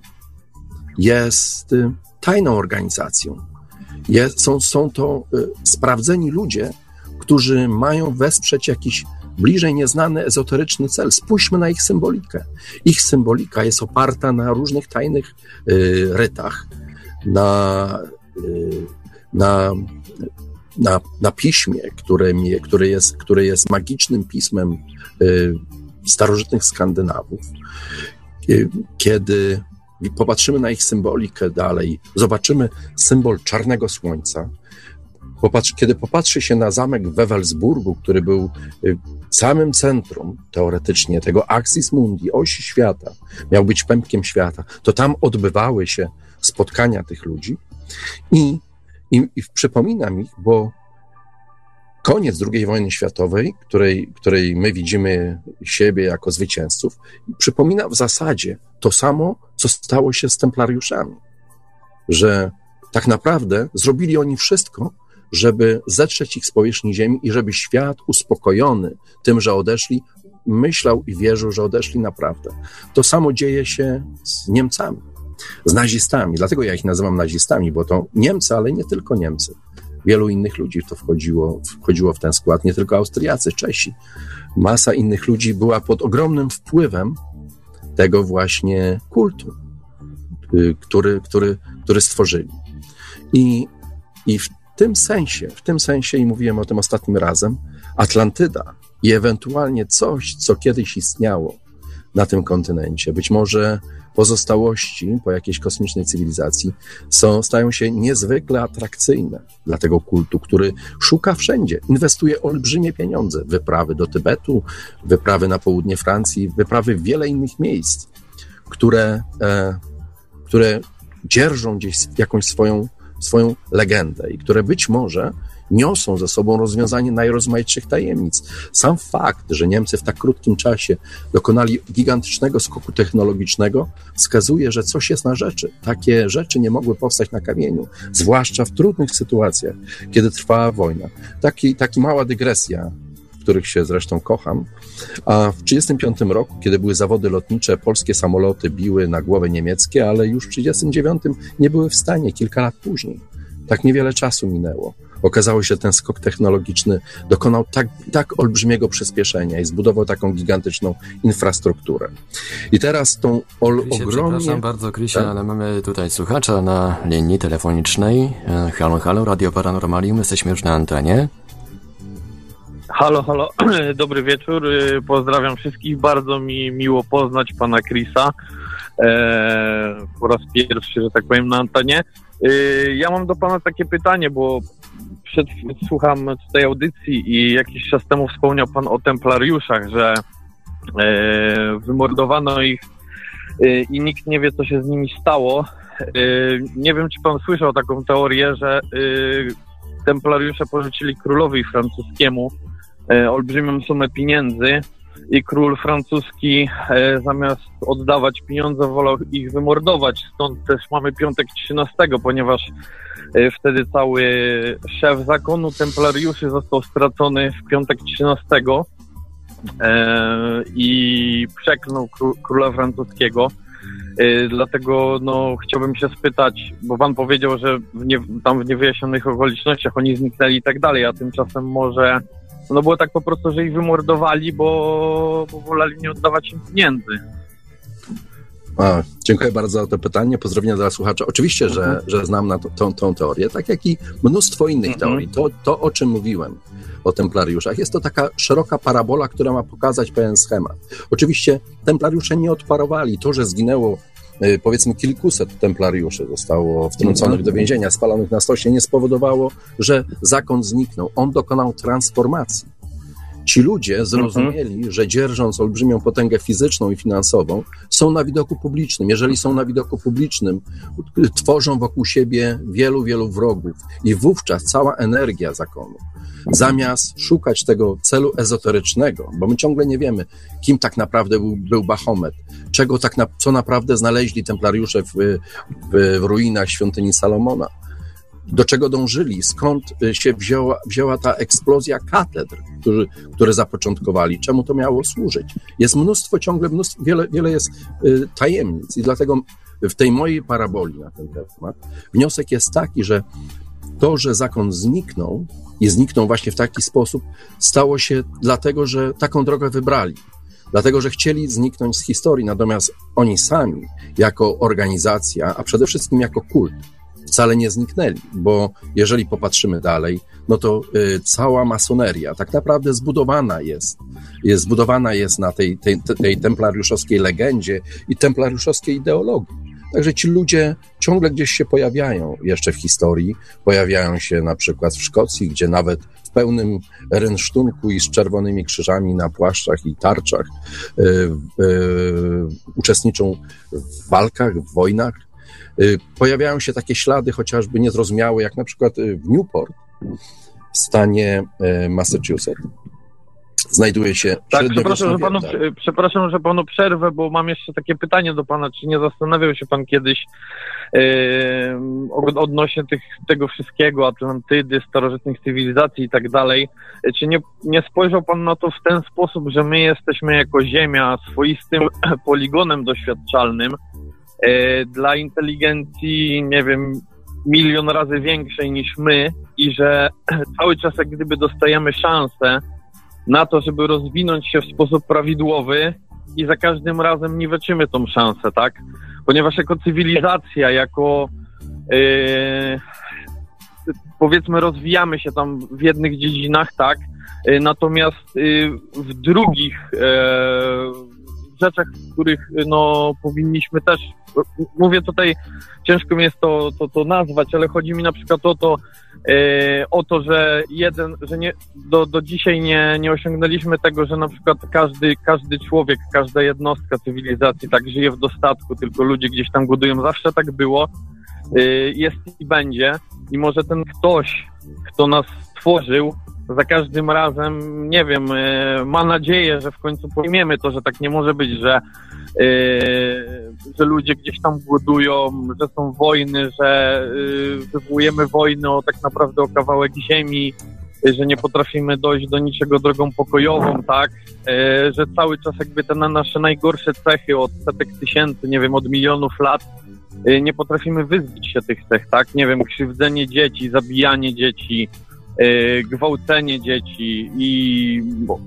jest tajną organizacją. Jest, są, są to sprawdzeni ludzie, którzy mają wesprzeć jakiś bliżej nieznany, ezoteryczny cel. Spójrzmy na ich symbolikę. Ich symbolika jest oparta na różnych tajnych y, rytach, na... Y, na na, na piśmie, które, które, jest, które jest magicznym pismem y, starożytnych Skandynawów, y, kiedy popatrzymy na ich symbolikę dalej, zobaczymy symbol czarnego słońca. Popatrz, kiedy popatrzy się na zamek w Wewelsburgu, który był y, samym centrum teoretycznie tego axis mundi, osi świata, miał być pępkiem świata, to tam odbywały się spotkania tych ludzi i, i, i przypominam ich, bo koniec drugiej wojny światowej, której, której my widzimy siebie jako zwycięzców, przypomina w zasadzie to samo, co stało się z templariuszami, że tak naprawdę zrobili oni wszystko, żeby zetrzeć ich z powierzchni ziemi i żeby świat uspokojony tym, że odeszli, myślał i wierzył, że odeszli naprawdę. To samo dzieje się z Niemcami, z nazistami. Dlatego ja ich nazywam nazistami, bo to Niemcy, ale nie tylko Niemcy. Wielu innych ludzi w to wchodziło, wchodziło w ten skład, nie tylko Austriacy, Czesi. Masa innych ludzi była pod ogromnym wpływem tego właśnie kultu, który, który, który stworzyli. I, i w W tym sensie, w tym sensie, i mówiłem o tym ostatnim razem, Atlantyda i ewentualnie coś, co kiedyś istniało na tym kontynencie, być może pozostałości po jakiejś kosmicznej cywilizacji, są, stają się niezwykle atrakcyjne dla tego kultu, który szuka wszędzie, inwestuje olbrzymie pieniądze, wyprawy do Tybetu, wyprawy na południe Francji, wyprawy w wiele innych miejsc, które, e, które dzierżą gdzieś jakąś swoją swoją legendę i które być może niosą ze sobą rozwiązanie najrozmaitszych tajemnic. Sam fakt, że Niemcy w tak krótkim czasie dokonali gigantycznego skoku technologicznego, wskazuje, że coś jest na rzeczy. Takie rzeczy nie mogły powstać na kamieniu, zwłaszcza w trudnych sytuacjach, kiedy trwała wojna. Taki, taki mała dygresja, w których się zresztą kocham. A w tysiąc dziewięćset trzydziestym piątym roku, kiedy były zawody lotnicze, polskie samoloty biły na głowę niemieckie, ale już w tysiąc dziewięćset trzydziestym dziewiątym nie były w stanie, kilka lat później. Tak niewiele czasu minęło. Okazało się, że ten skok technologiczny dokonał tak, tak olbrzymiego przyspieszenia i zbudował taką gigantyczną infrastrukturę. I teraz tą ol, Krysie, ogromnie... Przepraszam bardzo, Krysie, tak? ale mamy tutaj słuchacza na linii telefonicznej. Halo, halo, Radio Paranormalium, jesteśmy już na antenie. Halo, halo, dobry wieczór, pozdrawiam wszystkich, bardzo mi miło poznać pana Chrisa eee, po raz pierwszy, że tak powiem, na antenie. Eee, ja mam do pana takie pytanie, bo przed, słucham tej audycji i jakiś czas temu wspomniał pan o templariuszach, że eee, wymordowano ich eee, i nikt nie wie, co się z nimi stało. Eee, nie wiem, czy pan słyszał taką teorię, że eee, templariusze porzucili królowi francuskiemu e, olbrzymią sumę pieniędzy i król francuski e, zamiast oddawać pieniądze wolał ich wymordować. Stąd też mamy piątek trzynastego, ponieważ e, wtedy cały szef zakonu templariuszy został stracony w piątek trzynastego e, i przeklnął kró- króla francuskiego. Yy, dlatego no, chciałbym się spytać, bo pan powiedział, że w nie, tam w niewyjaśnionych okolicznościach oni zniknęli i tak dalej, a tymczasem może no było tak po prostu, że ich wymordowali, bo, bo woleli nie oddawać im pieniędzy. A, dziękuję bardzo za to pytanie. Pozdrowienia dla słuchacza. Oczywiście, że, mhm. że znam na to, tą, tą teorię, tak jak i mnóstwo innych mhm. teorii. To, to, o czym mówiłem o templariuszach, jest to taka szeroka parabola, która ma pokazać pewien schemat. Oczywiście templariusze nie odparowali. To, że zginęło powiedzmy kilkuset templariuszy, zostało wtrąconych do więzienia, spalonych na stosie, nie spowodowało, że zakon zniknął. On dokonał transformacji. Ci ludzie zrozumieli, mhm. że dzierżąc olbrzymią potęgę fizyczną i finansową, są na widoku publicznym. Jeżeli są na widoku publicznym, tworzą wokół siebie wielu, wielu wrogów i wówczas cała energia zakonu, zamiast szukać tego celu ezoterycznego, bo my ciągle nie wiemy, kim tak naprawdę był, był Bahomet, czego tak na, co naprawdę znaleźli templariusze w, w, w ruinach świątyni Salomona, do czego dążyli, skąd się wzięła, wzięła ta eksplozja katedr, którzy, które zapoczątkowali, czemu to miało służyć. Jest mnóstwo, ciągle mnóstwo, wiele, wiele jest y, tajemnic i dlatego w tej mojej paraboli na ten temat wniosek jest taki, że to, że zakon zniknął i zniknął właśnie w taki sposób, stało się dlatego, że taką drogę wybrali. Dlatego, że chcieli zniknąć z historii, natomiast oni sami, jako organizacja, a przede wszystkim jako kult, wcale nie zniknęli, bo jeżeli popatrzymy dalej, no to y, cała masoneria tak naprawdę zbudowana jest, jest zbudowana jest na tej, tej, tej templariuszowskiej legendzie i templariuszowskiej ideologii. Także ci ludzie ciągle gdzieś się pojawiają jeszcze w historii, pojawiają się na przykład w Szkocji, gdzie nawet w pełnym rynsztunku i z czerwonymi krzyżami na płaszczach i tarczach y, y, uczestniczą w walkach, w wojnach. Y, pojawiają się takie ślady chociażby niezrozumiałe, jak na przykład w Newport w stanie y, Massachusetts. Znajduje się tak, przepraszam że, panu, przepraszam, że panu przerwę, bo mam jeszcze takie pytanie do pana. Czy nie zastanawiał się pan kiedyś yy, odnośnie tych, tego wszystkiego, Atlantydy, starożytnych cywilizacji i tak dalej, czy nie, nie spojrzał pan na to w ten sposób, że my jesteśmy jako Ziemia swoistym poligonem doświadczalnym yy, dla inteligencji, nie wiem, milion razy większej niż my i że cały czas jak gdyby dostajemy szansę na to, żeby rozwinąć się w sposób prawidłowy i za każdym razem niweczymy tą szansę, tak? Ponieważ jako cywilizacja, jako yy, powiedzmy rozwijamy się tam w jednych dziedzinach, tak? Yy, natomiast yy, w drugich yy, rzeczach, w których no powinniśmy też, mówię tutaj, ciężko mi jest to, to, to nazwać, ale chodzi mi na przykład o to, Yy, o to, że jeden, że nie, do, do dzisiaj nie, nie osiągnęliśmy tego, że na przykład każdy, każdy człowiek, każda jednostka cywilizacji tak żyje w dostatku, tylko ludzie gdzieś tam głodują. Zawsze tak było, yy, jest i będzie. I może ten ktoś, kto nas stworzył, za każdym razem, nie wiem, yy, ma nadzieję, że w końcu pojmiemy to, że tak nie może być, że Yy, że ludzie gdzieś tam głodują, że są wojny, że yy, wywołujemy wojny o tak naprawdę o kawałek ziemi, yy, że nie potrafimy dojść do niczego drogą pokojową, tak, yy, że cały czas jakby te nasze najgorsze cechy od setek tysięcy, nie wiem, od milionów lat, yy, nie potrafimy wyzbyć się tych cech, tak, nie wiem, krzywdzenie dzieci, zabijanie dzieci, yy, gwałcenie dzieci i...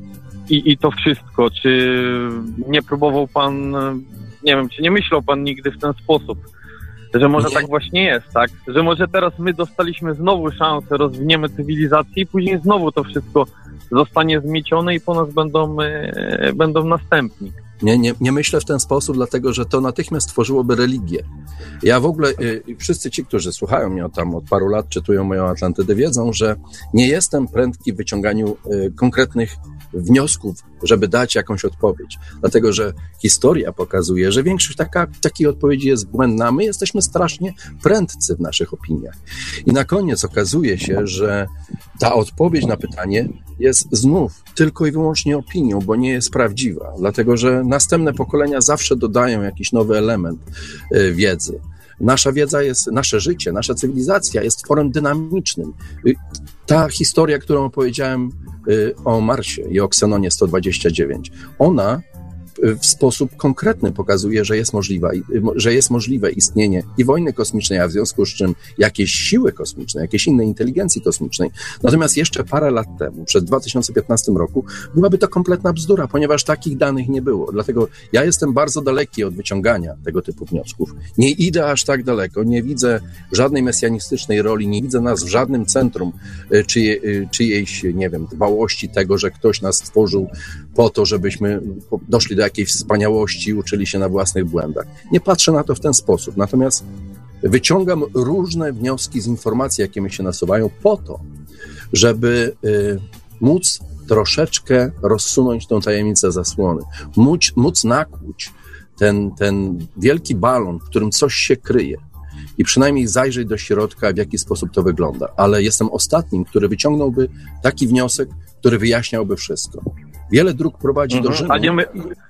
I, I to wszystko. Czy nie próbował pan, nie wiem, czy nie myślał pan nigdy w ten sposób, że może nie. Tak właśnie jest, tak? Że może teraz my dostaliśmy znowu szansę, rozwiniemy cywilizację i później znowu to wszystko zostanie zmiecione i po nas będą, e, będą następni. Nie, nie, nie myślę w ten sposób, dlatego że to natychmiast tworzyłoby religię. Ja w ogóle, y, wszyscy ci, którzy słuchają mnie tam od paru lat, czytują moją Atlantydę, wiedzą, że nie jestem prędki w wyciąganiu y, konkretnych wniosków, żeby dać jakąś odpowiedź. Dlatego, że historia pokazuje, że większość taka, takiej odpowiedzi jest błędna. My jesteśmy strasznie prędcy w naszych opiniach. I na koniec okazuje się, że ta odpowiedź na pytanie jest znów tylko i wyłącznie opinią, bo nie jest prawdziwa. Dlatego, że następne pokolenia zawsze dodają jakiś nowy element y, wiedzy. Nasza wiedza jest, nasze życie, nasza cywilizacja jest tworem dynamicznym. Y, ta historia, którą opowiedziałem y, o Marsie i o Ksenonie sto dwadzieścia dziewięć, ona w sposób konkretny pokazuje, że jest możliwe, że jest możliwe istnienie i wojny kosmicznej, a w związku z czym jakieś siły kosmiczne, jakiejś innej inteligencji kosmicznej. Natomiast jeszcze parę lat temu, przed dwa tysiące piętnastym roku, byłaby to kompletna bzdura, ponieważ takich danych nie było. Dlatego ja jestem bardzo daleki od wyciągania tego typu wniosków. Nie idę aż tak daleko, nie widzę żadnej mesjanistycznej roli, nie widzę nas w żadnym centrum czyje, czyjejś, nie wiem, dbałości tego, że ktoś nas stworzył po to, żebyśmy doszli do jakiejś wspaniałości, uczyli się na własnych błędach. Nie patrzę na to w ten sposób, natomiast wyciągam różne wnioski z informacji, jakie mi się nasuwają po to, żeby y, móc troszeczkę rozsunąć tą tajemnicę zasłony, móc, móc nakłuć ten, ten wielki balon, w którym coś się kryje i przynajmniej zajrzeć do środka, w jaki sposób to wygląda. Ale jestem ostatnim, który wyciągnąłby taki wniosek, który wyjaśniałby wszystko. Wiele dróg prowadzi mhm. do Rzymu. A nie my...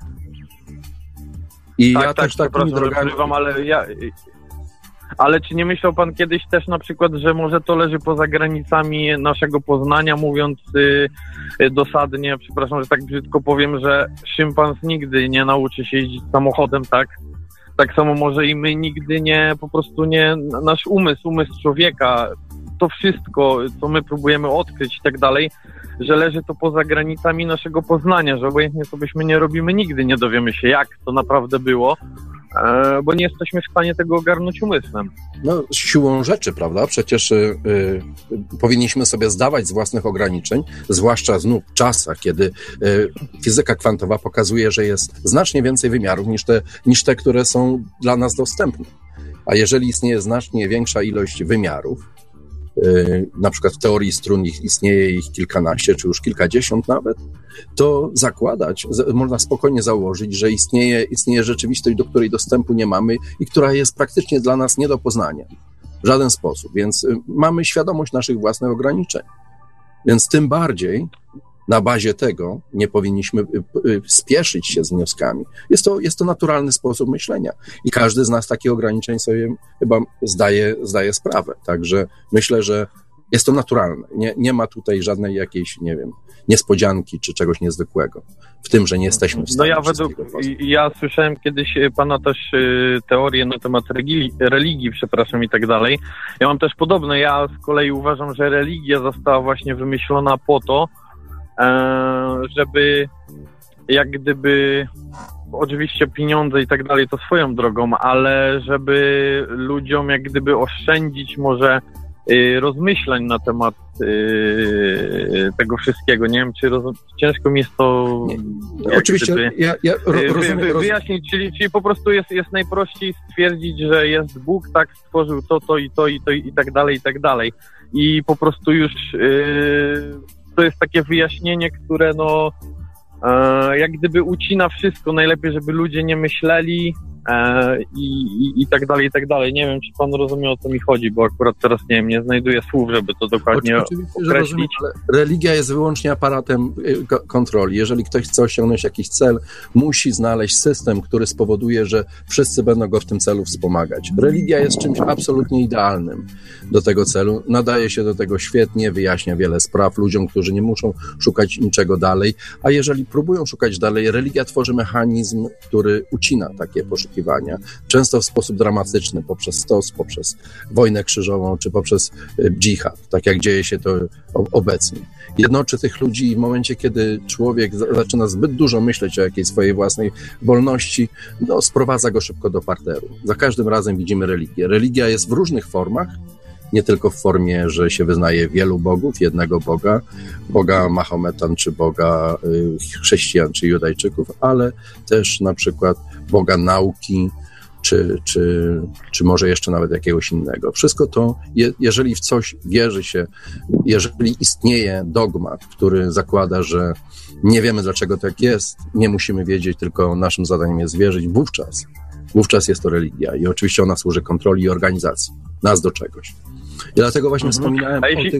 I tak, ja tak, też takimi drogami... Wam, ale, ja... ale czy nie myślał pan kiedyś też na przykład, że może to leży poza granicami naszego poznania, mówiąc yy, dosadnie, przepraszam, że tak brzydko powiem, że szympans nigdy nie nauczy się jeździć samochodem, tak? Tak samo może i my nigdy nie, po prostu nie, nasz umysł, umysł człowieka, to wszystko, co my próbujemy odkryć i tak dalej, że leży to poza granicami naszego poznania, że obojętnie co byśmy nie robimy, nigdy nie dowiemy się, jak to naprawdę było. e, bo nie jesteśmy w stanie tego ogarnąć umysłem. No, siłą rzeczy, prawda? Przecież y, y, powinniśmy sobie zdawać z własnych ograniczeń, zwłaszcza znów w czasach, kiedy y, fizyka kwantowa pokazuje, że jest znacznie więcej wymiarów niż te, niż te, które są dla nas dostępne. A jeżeli istnieje znacznie większa ilość wymiarów, y, na przykład w teorii strun ich istnieje ich kilkanaście, czy już kilkadziesiąt nawet, to zakładać, z, można spokojnie założyć, że istnieje, istnieje rzeczywistość, do której dostępu nie mamy i która jest praktycznie dla nas nie do poznania w żaden sposób. Więc y, mamy świadomość naszych własnych ograniczeń. Więc tym bardziej na bazie tego nie powinniśmy y, y, spieszyć się z wnioskami. Jest to, jest to naturalny sposób myślenia i każdy z nas takich ograniczeń sobie chyba zdaje, zdaje sprawę. Także myślę, że jest to naturalne. Nie, nie ma tutaj żadnej jakiejś, nie wiem, niespodzianki czy czegoś niezwykłego w tym, że nie jesteśmy w stanie. No ja według, ja słyszałem kiedyś pana też y, teorię na temat religii, religii, przepraszam, i tak dalej. Ja mam też podobne. Ja z kolei uważam, że religia została właśnie wymyślona po to, e, żeby jak gdyby, oczywiście pieniądze i tak dalej to swoją drogą, ale żeby ludziom jak gdyby oszczędzić może rozmyślań na temat yy, tego wszystkiego. Nie wiem, czy roz... ciężko mi jest to... No, oczywiście, gdyby, ja, ja ro, rozumiem, wy, wyjaśnić, czyli, czyli po prostu jest, jest najprościej stwierdzić, że jest Bóg, tak stworzył to, to i to i to i tak dalej, i tak dalej. I po prostu już yy, to jest takie wyjaśnienie, które no yy, jak gdyby ucina wszystko. Najlepiej, żeby ludzie nie myśleli, I, i, i tak dalej, i tak dalej. Nie wiem, czy pan rozumie, o co mi chodzi, bo akurat teraz, nie wiem, nie znajduję słów, żeby to dokładnie Oczywiście, określić. Że rozumiem, ale religia jest wyłącznie aparatem kontroli. Jeżeli ktoś chce osiągnąć jakiś cel, musi znaleźć system, który spowoduje, że wszyscy będą go w tym celu wspomagać. Religia jest czymś absolutnie idealnym do tego celu. Nadaje się do tego świetnie, wyjaśnia wiele spraw ludziom, którzy nie muszą szukać niczego dalej, a jeżeli próbują szukać dalej, religia tworzy mechanizm, który ucina takie poszukiwania. Często w sposób dramatyczny, poprzez stos, poprzez wojnę krzyżową, czy poprzez dżihad, tak jak dzieje się to obecnie. Jednoczy tych ludzi w momencie, kiedy człowiek zaczyna zbyt dużo myśleć o jakiejś swojej własnej wolności, no, sprowadza go szybko do parteru. Za każdym razem widzimy religię. Religia jest w różnych formach, nie tylko w formie, że się wyznaje wielu bogów, jednego Boga, Boga Mahometan, czy Boga y, chrześcijan, czy Judajczyków, ale też na przykład Boga nauki, czy, czy, czy może jeszcze nawet jakiegoś innego. Wszystko to, je, jeżeli w coś wierzy się, jeżeli istnieje dogmat, który zakłada, że nie wiemy, dlaczego tak jest, nie musimy wiedzieć, tylko naszym zadaniem jest wierzyć, wówczas, wówczas jest to religia i oczywiście ona służy kontroli i organizacji nas do czegoś. I dlatego właśnie mhm. wspominałem A jeśli,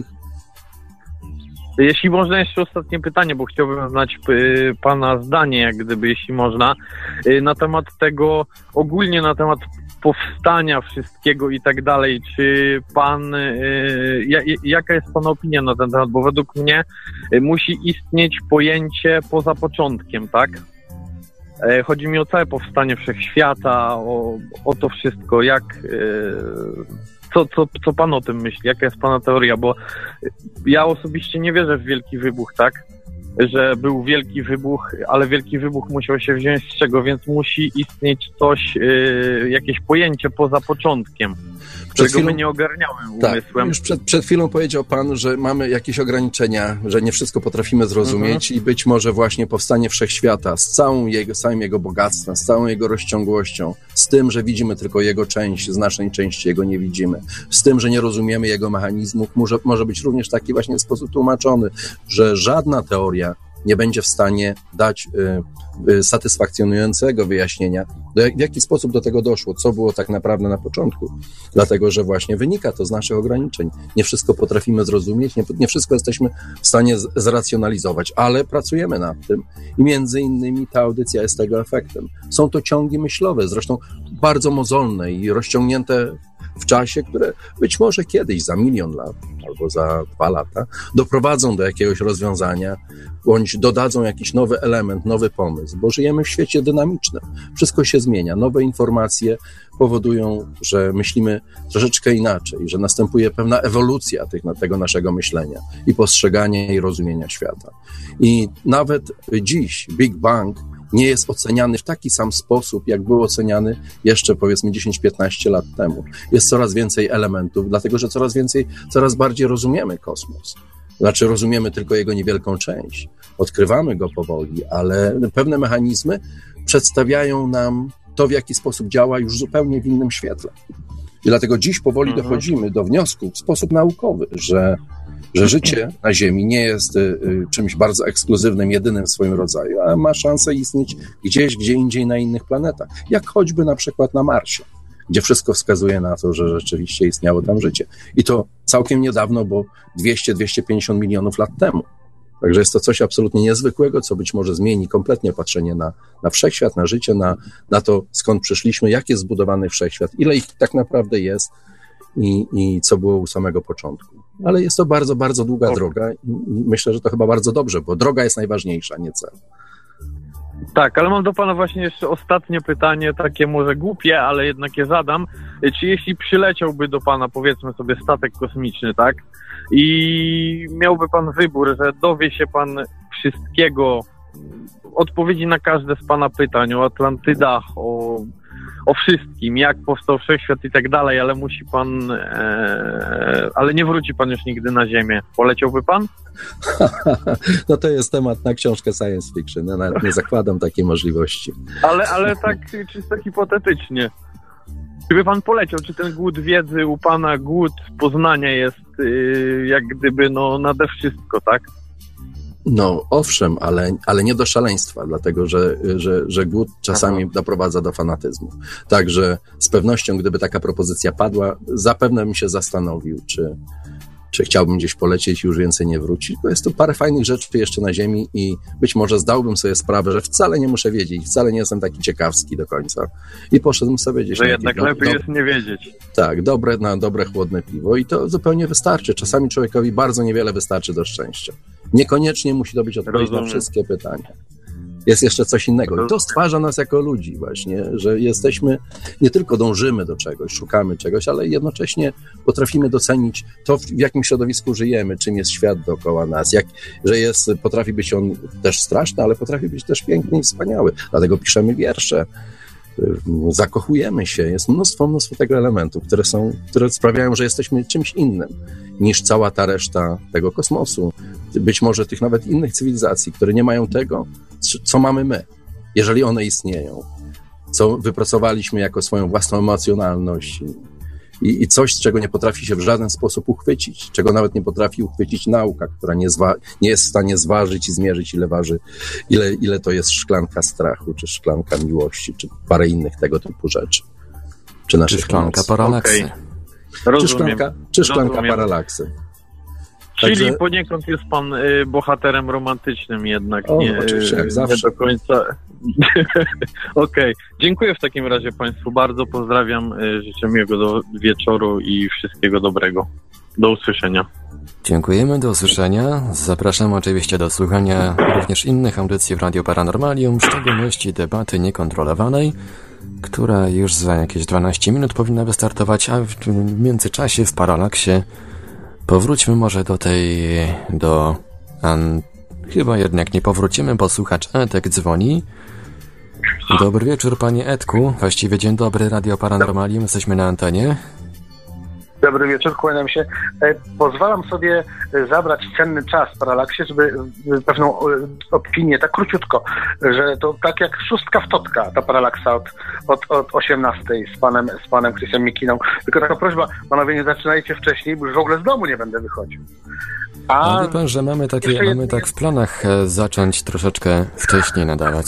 o tych... Jeśli można jeszcze ostatnie pytanie, bo chciałbym znać y, pana zdanie, jak gdyby, jeśli można, y, na temat tego, ogólnie na temat powstania wszystkiego i tak dalej. Czy pan, y, ja, jaka jest pana opinia na ten temat? Bo według mnie y, musi istnieć pojęcie poza początkiem, tak? Y, chodzi mi o całe powstanie wszechświata, o, o to wszystko, jak... Y, Co, co, co pan o tym myśli? Jaka jest pana teoria? Bo ja osobiście nie wierzę w wielki wybuch, tak? Że był wielki wybuch, ale wielki wybuch musiał się wziąć z czego, więc musi istnieć coś, yy, jakieś pojęcie poza początkiem, którego chwilą, my nie ogarniamy umysłem. Tak, już przed, przed chwilą powiedział pan, że mamy jakieś ograniczenia, że nie wszystko potrafimy zrozumieć mhm. i być może właśnie powstanie wszechświata z całą jego, całym jego bogactwem, z całą jego rozciągłością, z tym, że widzimy tylko jego część, z naszej części jego nie widzimy, z tym, że nie rozumiemy jego mechanizmów, może, może być również taki właśnie sposób tłumaczony, że żadna teoria nie będzie w stanie dać y, y, satysfakcjonującego wyjaśnienia, do, w jaki sposób do tego doszło, co było tak naprawdę na początku. Dlatego, że właśnie wynika to z naszych ograniczeń. Nie wszystko potrafimy zrozumieć, nie, nie wszystko jesteśmy w stanie z, zracjonalizować, ale pracujemy nad tym i między innymi ta audycja jest tego efektem. Są to ciągi myślowe, zresztą bardzo mozolne i rozciągnięte w czasie, które być może kiedyś, za milion lat albo za dwa lata, doprowadzą do jakiegoś rozwiązania, bądź dodadzą jakiś nowy element, nowy pomysł, bo żyjemy w świecie dynamicznym. Wszystko się zmienia. Nowe informacje powodują, że myślimy troszeczkę inaczej, że następuje pewna ewolucja tych, tego naszego myślenia i postrzegania i rozumienia świata. I nawet dziś Big Bang nie jest oceniany w taki sam sposób, jak był oceniany jeszcze powiedzmy dziesięć piętnaście lat temu. Jest coraz więcej elementów, dlatego że coraz więcej, coraz bardziej rozumiemy kosmos. Znaczy rozumiemy tylko jego niewielką część. Odkrywamy go powoli, ale pewne mechanizmy przedstawiają nam to, w jaki sposób działa już zupełnie w innym świetle. I dlatego dziś powoli mhm. dochodzimy do wniosku w sposób naukowy, że, że życie na Ziemi nie jest y, czymś bardzo ekskluzywnym, jedynym w swoim rodzaju, a ma szansę istnieć gdzieś, gdzie indziej na innych planetach. Jak choćby na przykład na Marsie, gdzie wszystko wskazuje na to, że rzeczywiście istniało tam życie. I to całkiem niedawno, bo dwieście do dwustu pięćdziesięciu milionów lat temu. Także jest to coś absolutnie niezwykłego, co być może zmieni kompletnie patrzenie na, na wszechświat, na życie, na, na to, skąd przyszliśmy, jak jest zbudowany wszechświat, ile ich tak naprawdę jest i, i co było u samego początku. Ale jest to bardzo, bardzo długa droga i, i myślę, że to chyba bardzo dobrze, bo droga jest najważniejsza, nie cel. Tak, ale mam do pana właśnie jeszcze ostatnie pytanie, takie może głupie, ale jednak je zadam. Czy jeśli przyleciałby do pana, powiedzmy sobie, statek kosmiczny, tak? I miałby pan wybór, że dowie się pan wszystkiego, odpowiedzi na każde z pana pytań o Atlantydach, o, o wszystkim, jak powstał wszechświat i tak dalej, ale musi pan, e, ale nie wróci pan już nigdy na Ziemię. Poleciałby pan? No to jest temat na książkę science fiction. Ja nawet nie zakładam takiej możliwości. Ale, ale tak czysto hipotetycznie. Czy by pan poleciał? Czy ten głód wiedzy u pana, głód poznania jest yy, jak gdyby no nade wszystko, tak? No owszem, ale, ale nie do szaleństwa, dlatego że, że, że głód czasami Aha. doprowadza do fanatyzmu. Także z pewnością, gdyby taka propozycja padła, zapewne bym się zastanowił, czy, czy chciałbym gdzieś polecieć i już więcej nie wrócić, bo jest tu parę fajnych rzeczy jeszcze na Ziemi i być może zdałbym sobie sprawę, że wcale nie muszę wiedzieć, wcale nie jestem taki ciekawski do końca i poszedłem sobie gdzieś... Że jednak do, lepiej do, jest nie wiedzieć. Tak, dobre, na dobre, chłodne piwo i to zupełnie wystarczy. Czasami człowiekowi bardzo niewiele wystarczy do szczęścia. Niekoniecznie musi to być odpowiedź Rozumiem. na wszystkie pytania. Jest jeszcze coś innego. I to stwarza nas jako ludzi właśnie, że jesteśmy, nie tylko dążymy do czegoś, szukamy czegoś, ale jednocześnie potrafimy docenić to, w jakim środowisku żyjemy, czym jest świat dookoła nas, jak, że jest, potrafi być on też straszny, ale potrafi być też piękny i wspaniały. Dlatego piszemy wiersze, zakochujemy się. Jest mnóstwo, mnóstwo tego elementów, które są, które sprawiają, że jesteśmy czymś innym niż cała ta reszta tego kosmosu. Być może tych nawet innych cywilizacji, które nie mają tego, co mamy my, jeżeli one istnieją, co wypracowaliśmy jako swoją własną emocjonalność i, i coś, czego nie potrafi się w żaden sposób uchwycić, czego nawet nie potrafi uchwycić nauka, która nie, zwa, nie jest w stanie zważyć i zmierzyć, ile waży, ile, ile to jest szklanka strachu, czy szklanka miłości, czy parę innych tego typu rzeczy. Czy, czy szklanka paralaksy. Okay. Czy szklanka, czy szklanka paralaksy. Czyli Także... poniekąd jest pan y, bohaterem romantycznym jednak, o, nie, oczywiście, jak nie zawsze. do końca. Okej, okay. Dziękuję w takim razie państwu bardzo, pozdrawiam, y, życzę miłego do wieczoru i wszystkiego dobrego. Do usłyszenia. Dziękujemy, do usłyszenia. Zapraszam oczywiście do słuchania również innych audycji w Radio Paranormalium, w szczególności debaty niekontrolowanej, która już za jakieś dwanaście minut powinna wystartować, a w międzyczasie w Paralaksie powróćmy może do tej, do... An... Chyba jednak nie powrócimy, bo słuchacz Edek dzwoni. Dobry wieczór, panie Edku. Właściwie dzień dobry, Radio Paranormalium. Jesteśmy na antenie. Dobry wieczór, kłaniam się. Pozwalam sobie zabrać cenny czas w Paralaksie, żeby pewną opinię, tak króciutko, że to tak jak szóstka w totka, ta Paralaksa od, od, od osiemnastej z panem, z panem Chrisem Mikiną. Tylko taka prośba, panowie, nie zaczynajcie wcześniej, bo już w ogóle z domu nie będę wychodził. A wie pan, że mamy takie, mamy tak w planach zacząć troszeczkę wcześniej nadawać.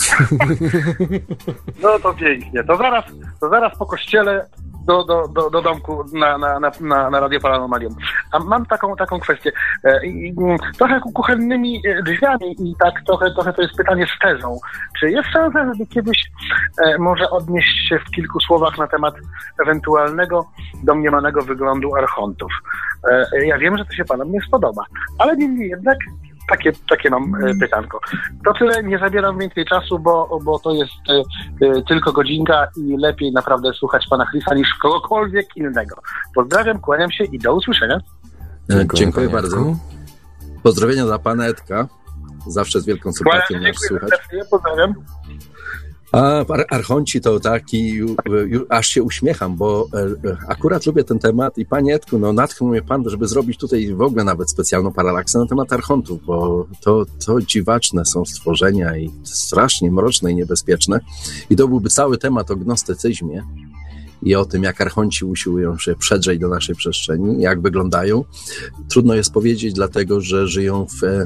No to pięknie. To zaraz, to zaraz po kościele do, do, do, do domku na, na, na, na Radio Paranormalium. A mam taką, taką kwestię. E, i, trochę kuchennymi drzwiami i tak trochę, trochę to jest pytanie z tezą. Czy jest szansa, żeby kiedyś e, może odnieść się w kilku słowach na temat ewentualnego domniemanego wyglądu archontów? E, ja wiem, że to się panom nie spodoba, ale niemniej jednak Takie, takie mam e, pytanko. To tyle, nie zabieram więcej czasu, bo, bo to jest e, e, tylko godzinka i lepiej naprawdę słuchać pana Chrisa niż kogokolwiek innego. Pozdrawiam, kłaniam się i do usłyszenia. Dziękuję, Dziękuję bardzo. Pozdrowienia dla pana Edka. Zawsze z wielką sympatią nas słuchać. Pozdrawiam. A archonci to taki, aż się uśmiecham, bo akurat lubię ten temat i panie Edku, no natchnął mnie pan, żeby zrobić tutaj w ogóle nawet specjalną paralaksę na temat archontów, bo to, to dziwaczne są stworzenia i strasznie mroczne i niebezpieczne i to byłby cały temat o gnostycyzmie i o tym, jak archonci usiłują się przedrzeć do naszej przestrzeni, jak wyglądają. Trudno jest powiedzieć, dlatego że żyją w, e,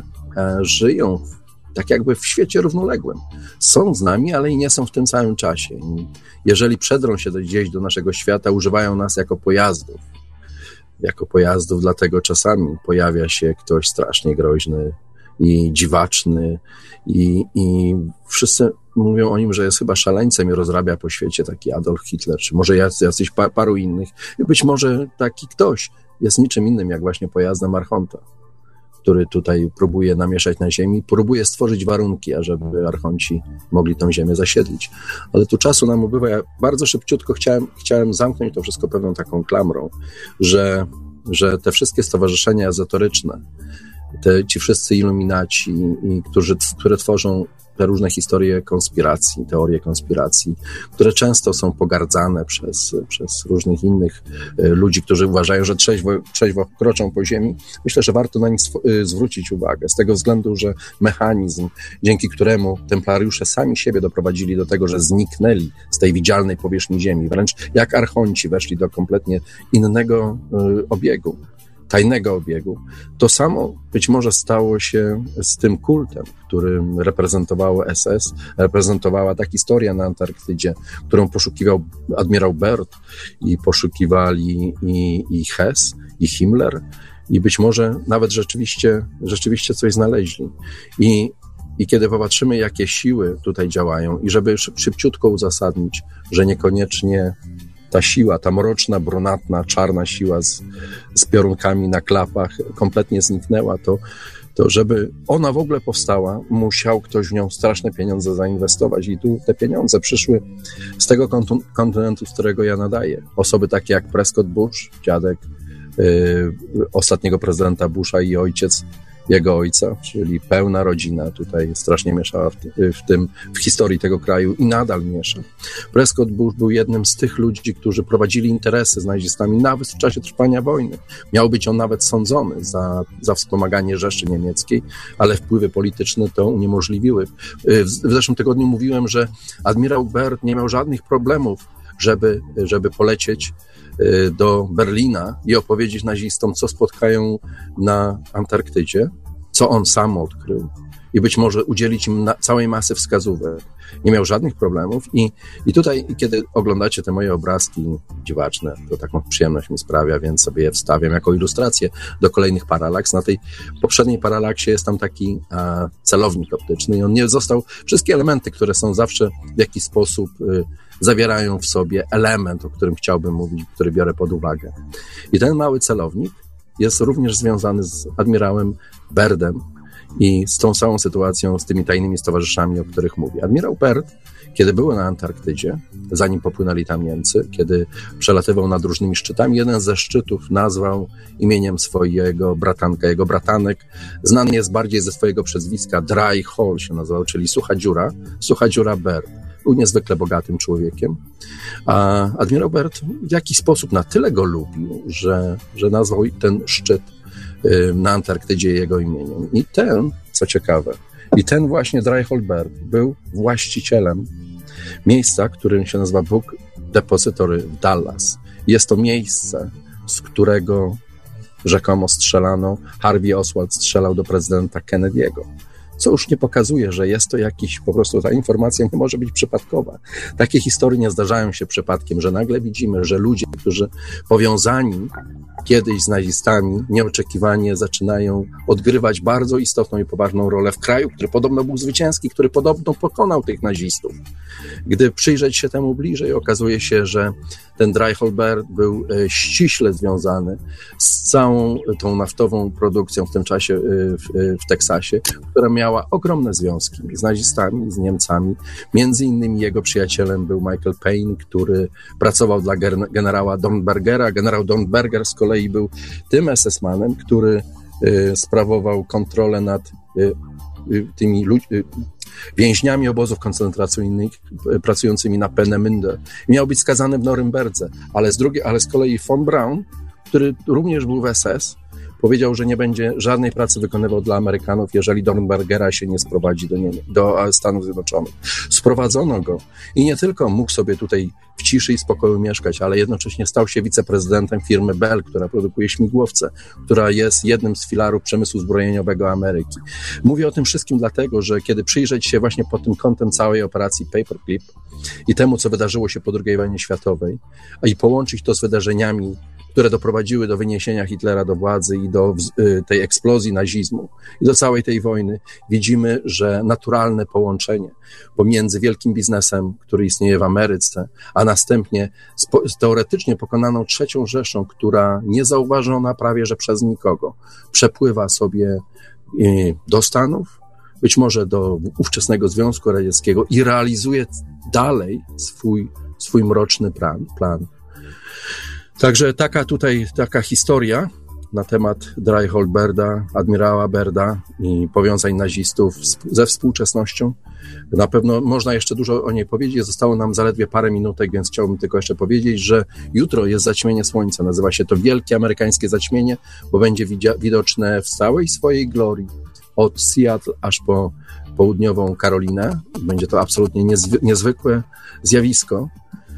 żyją w tak jakby w świecie równoległym. Są z nami, ale i nie są w tym samym czasie. I jeżeli przedrą się gdzieś do naszego świata, używają nas jako pojazdów. Jako pojazdów, dlatego czasami pojawia się ktoś strasznie groźny i dziwaczny i, i wszyscy mówią o nim, że jest chyba szaleńcem i rozrabia po świecie, taki Adolf Hitler, czy może jacyś pa, paru innych. I być może taki ktoś jest niczym innym, jak właśnie pojazdem archonta, który tutaj próbuje namieszać na ziemi, próbuje stworzyć warunki, ażeby archonci mogli tę ziemię zasiedlić. Ale tu czasu nam ubywa. Ja bardzo szybciutko chciałem, chciałem zamknąć to wszystko pewną taką klamrą, że, że te wszystkie stowarzyszenia ezoteryczne, te, ci wszyscy iluminaci, i, którzy, które tworzą te różne historie konspiracji, teorie konspiracji, które często są pogardzane przez, przez różnych innych ludzi, którzy uważają, że trzeźwo, trzeźwo kroczą po ziemi. Myślę, że warto na nich zwrócić uwagę, z tego względu, że mechanizm, dzięki któremu templariusze sami siebie doprowadzili do tego, że zniknęli z tej widzialnej powierzchni ziemi, wręcz jak archonci weszli do kompletnie innego y, obiegu, tajnego obiegu. To samo być może stało się z tym kultem, którym reprezentowało S S, reprezentowała ta historia na Antarktydzie, którą poszukiwał admirał Byrd i poszukiwali i, i Hess, i Himmler, i być może nawet rzeczywiście, rzeczywiście coś znaleźli. I, i kiedy popatrzymy, jakie siły tutaj działają, i żeby szybciutko uzasadnić, że niekoniecznie ta siła, ta mroczna, brunatna, czarna siła z, z piorunkami na klapach kompletnie zniknęła, to, to żeby ona w ogóle powstała, musiał ktoś w nią straszne pieniądze zainwestować i tu te pieniądze przyszły z tego kontynentu, z którego ja nadaję. Osoby takie jak Prescott Bush, dziadek yy, ostatniego prezydenta Busha i ojciec jego ojca, czyli pełna rodzina tutaj strasznie mieszała w, w tym, w historii tego kraju i nadal miesza. Prescott Bush był jednym z tych ludzi, którzy prowadzili interesy z nazistami nawet w czasie trwania wojny. Miał być on nawet sądzony za, za wspomaganie Rzeszy Niemieckiej, ale wpływy polityczne to uniemożliwiły. W, w zeszłym tygodniu mówiłem, że admirał Byrd nie miał żadnych problemów, żeby, żeby polecieć do Berlina i opowiedzieć nazistom, co spotkają na Antarktydzie, co on sam odkrył i być może udzielić im na całej masy wskazówek. Nie miał żadnych problemów i, i tutaj, kiedy oglądacie te moje obrazki dziwaczne, to taką przyjemność mi sprawia, więc sobie je wstawiam jako ilustrację do kolejnych paralaks. Na tej poprzedniej paralaksie jest tam taki a, celownik optyczny i on nie został, wszystkie elementy, które są zawsze w jakiś sposób y, zawierają w sobie element, o którym chciałbym mówić, który biorę pod uwagę. I ten mały celownik jest również związany z admirałem Byrdem i z tą samą sytuacją, z tymi tajnymi stowarzyszami, o których mówię. Admirał Byrd, kiedy był na Antarktydzie, zanim popłynęli tam Niemcy, kiedy przelatywał nad różnymi szczytami, jeden ze szczytów nazwał imieniem swojego bratanka. Jego bratanek znany jest bardziej ze swojego przezwiska, Dry Hole się nazywał, czyli sucha dziura, sucha dziura Byrd. Był niezwykle bogatym człowiekiem, a admirał Byrd w jakiś sposób na tyle go lubił, że, że nazwał ten szczyt na Antarktydzie jego imieniem. I ten, co ciekawe, i ten właśnie Dry Hole Byrd był właścicielem miejsca, którym się nazywa Book Depository w Dallas. Jest to miejsce, z którego rzekomo strzelano, Harvey Oswald strzelał do prezydenta Kennedy'ego. Co już nie pokazuje, że jest to jakiś, po prostu ta informacja nie może być przypadkowa. Takie historie nie zdarzają się przypadkiem, że nagle widzimy, że ludzie, którzy powiązani kiedyś z nazistami, nieoczekiwanie zaczynają odgrywać bardzo istotną i poważną rolę w kraju, który podobno był zwycięski, który podobno pokonał tych nazistów. Gdy przyjrzeć się temu bliżej, okazuje się, że ten Dry Hole Byrd był ściśle związany z całą tą naftową produkcją w tym czasie w, w Teksasie, która miała ogromne związki z nazistami, z Niemcami. Między innymi jego przyjacielem był Michael Payne, który pracował dla generała Dornbergera. Generał Dornberger z kolei był tym es es manem, który y, sprawował kontrolę nad y, y, tymi ludźmi, y, więźniami obozów koncentracyjnych pracującymi na Peenemünde. Miał być skazany w Norymberdze, ale z drugiej, ale z kolei von Braun, który również był w S S, powiedział, że nie będzie żadnej pracy wykonywał dla Amerykanów, jeżeli Dornbergera się nie sprowadzi do, Niemie- do Stanów Zjednoczonych. Sprowadzono go i nie tylko mógł sobie tutaj w ciszy i spokoju mieszkać, ale jednocześnie stał się wiceprezydentem firmy Bell, która produkuje śmigłowce, która jest jednym z filarów przemysłu zbrojeniowego Ameryki. Mówię o tym wszystkim dlatego, że kiedy przyjrzeć się właśnie pod tym kątem całej operacji Paperclip i temu, co wydarzyło się po drugiej wojnie światowej, a i połączyć to z wydarzeniami, które doprowadziły do wyniesienia Hitlera do władzy i do tej eksplozji nazizmu i do całej tej wojny, widzimy, że naturalne połączenie pomiędzy wielkim biznesem, który istnieje w Ameryce, a następnie z teoretycznie pokonaną trzecią Rzeszą, która niezauważona prawie że przez nikogo przepływa sobie do Stanów, być może do ówczesnego Związku Radzieckiego i realizuje dalej swój, swój mroczny plan. plan. Także taka tutaj, taka historia na temat Dreihold Berda, admirała Berda i powiązań nazistów ze współczesnością. Na pewno można jeszcze dużo o niej powiedzieć. Zostało nam zaledwie parę minutek, więc chciałbym tylko jeszcze powiedzieć, że jutro jest zaćmienie słońca. Nazywa się to Wielkie Amerykańskie Zaćmienie, bo będzie widoczne w całej swojej glorii od Seattle aż po południową Karolinę. Będzie to absolutnie niezwy- niezwykłe zjawisko,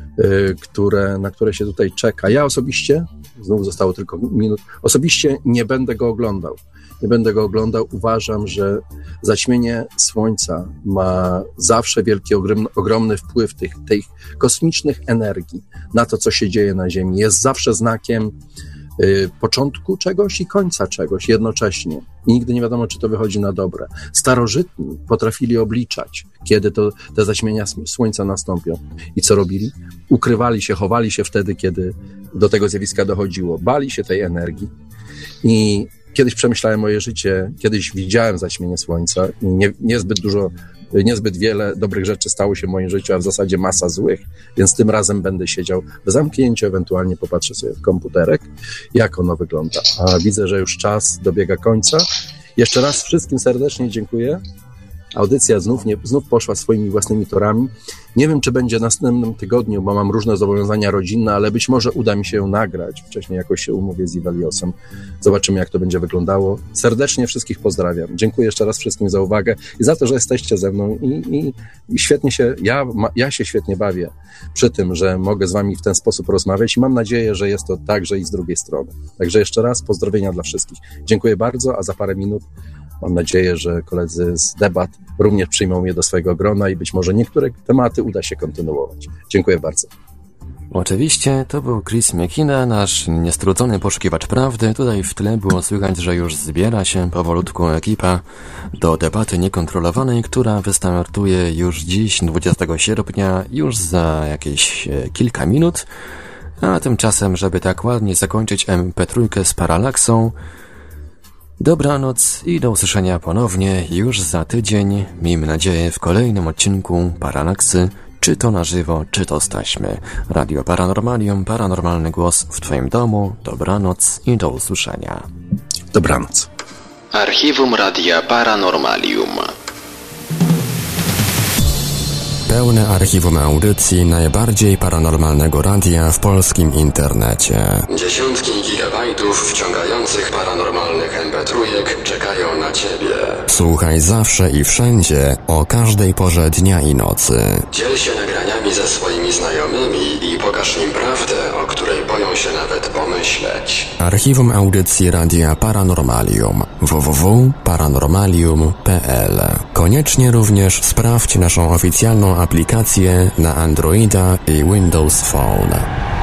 Które, na które się tutaj czeka. Ja osobiście, znów zostało tylko minut, osobiście nie będę go oglądał. Nie będę go oglądał. Uważam, że zaćmienie słońca ma zawsze wielki, ogromny, ogromny wpływ tych, tych kosmicznych energii na to, co się dzieje na Ziemi. Jest zawsze znakiem y, początku czegoś i końca czegoś jednocześnie. I nigdy nie wiadomo, czy to wychodzi na dobre. Starożytni potrafili obliczać, kiedy to te zaćmienia słońca nastąpią. I co robili? Ukrywali się, chowali się wtedy, kiedy do tego zjawiska dochodziło. Bali się tej energii. I kiedyś przemyślałem moje życie, kiedyś widziałem zaćmienie słońca i nie, niezbyt dużo, niezbyt wiele dobrych rzeczy stało się w moim życiu, a w zasadzie masa złych, więc tym razem będę siedział w zamknięciu, ewentualnie popatrzę sobie w komputerek, jak ono wygląda. A widzę, że już czas dobiega końca. Jeszcze raz wszystkim serdecznie dziękuję. Audycja znów, nie, znów poszła swoimi własnymi torami. Nie wiem, czy będzie w następnym tygodniu, bo mam różne zobowiązania rodzinne, ale być może uda mi się ją nagrać. Wcześniej jakoś się umówię z Iveliosem. Zobaczymy, jak to będzie wyglądało. Serdecznie wszystkich pozdrawiam. Dziękuję jeszcze raz wszystkim za uwagę i za to, że jesteście ze mną i, i, i świetnie się, ja, ja się świetnie bawię przy tym, że mogę z wami w ten sposób rozmawiać i mam nadzieję, że jest to także i z drugiej strony. Także jeszcze raz pozdrowienia dla wszystkich. Dziękuję bardzo, a za parę minut mam nadzieję, że koledzy z debat również przyjmą je do swojego grona i być może niektóre tematy uda się kontynuować. Dziękuję bardzo. Oczywiście, to był Chris McKenna, nasz niestrudzony poszukiwacz prawdy. Tutaj w tle było słychać, że już zbiera się powolutku ekipa do debaty niekontrolowanej, która wystartuje już dziś, dwudziestego sierpnia, już za jakieś kilka minut. A tymczasem, żeby tak ładnie zakończyć em pe trzy z Paralaksą, dobranoc i do usłyszenia ponownie już za tydzień, miejmy nadzieję, w kolejnym odcinku Paralaksy, czy to na żywo, czy to z taśmy. Radio Paranormalium, paranormalny głos w twoim domu. Dobranoc i do usłyszenia. Dobranoc. Archiwum Radia Paranormalium. Pełne archiwum audycji najbardziej paranormalnego radia w polskim internecie. Dziesiątki gigabajtów wciągających paranormalnych em pe trzy czekają na ciebie. Słuchaj zawsze i wszędzie, o każdej porze dnia i nocy. Dziel się nagraniami ze swoimi znajomymi i pokaż im prawdę, o której boją się nawet pomyśleć. Archiwum audycji Radia Paranormalium. w w w kropka paranormalium kropka p l. Koniecznie również sprawdź naszą oficjalną aplikację na Androida i Windows Phone.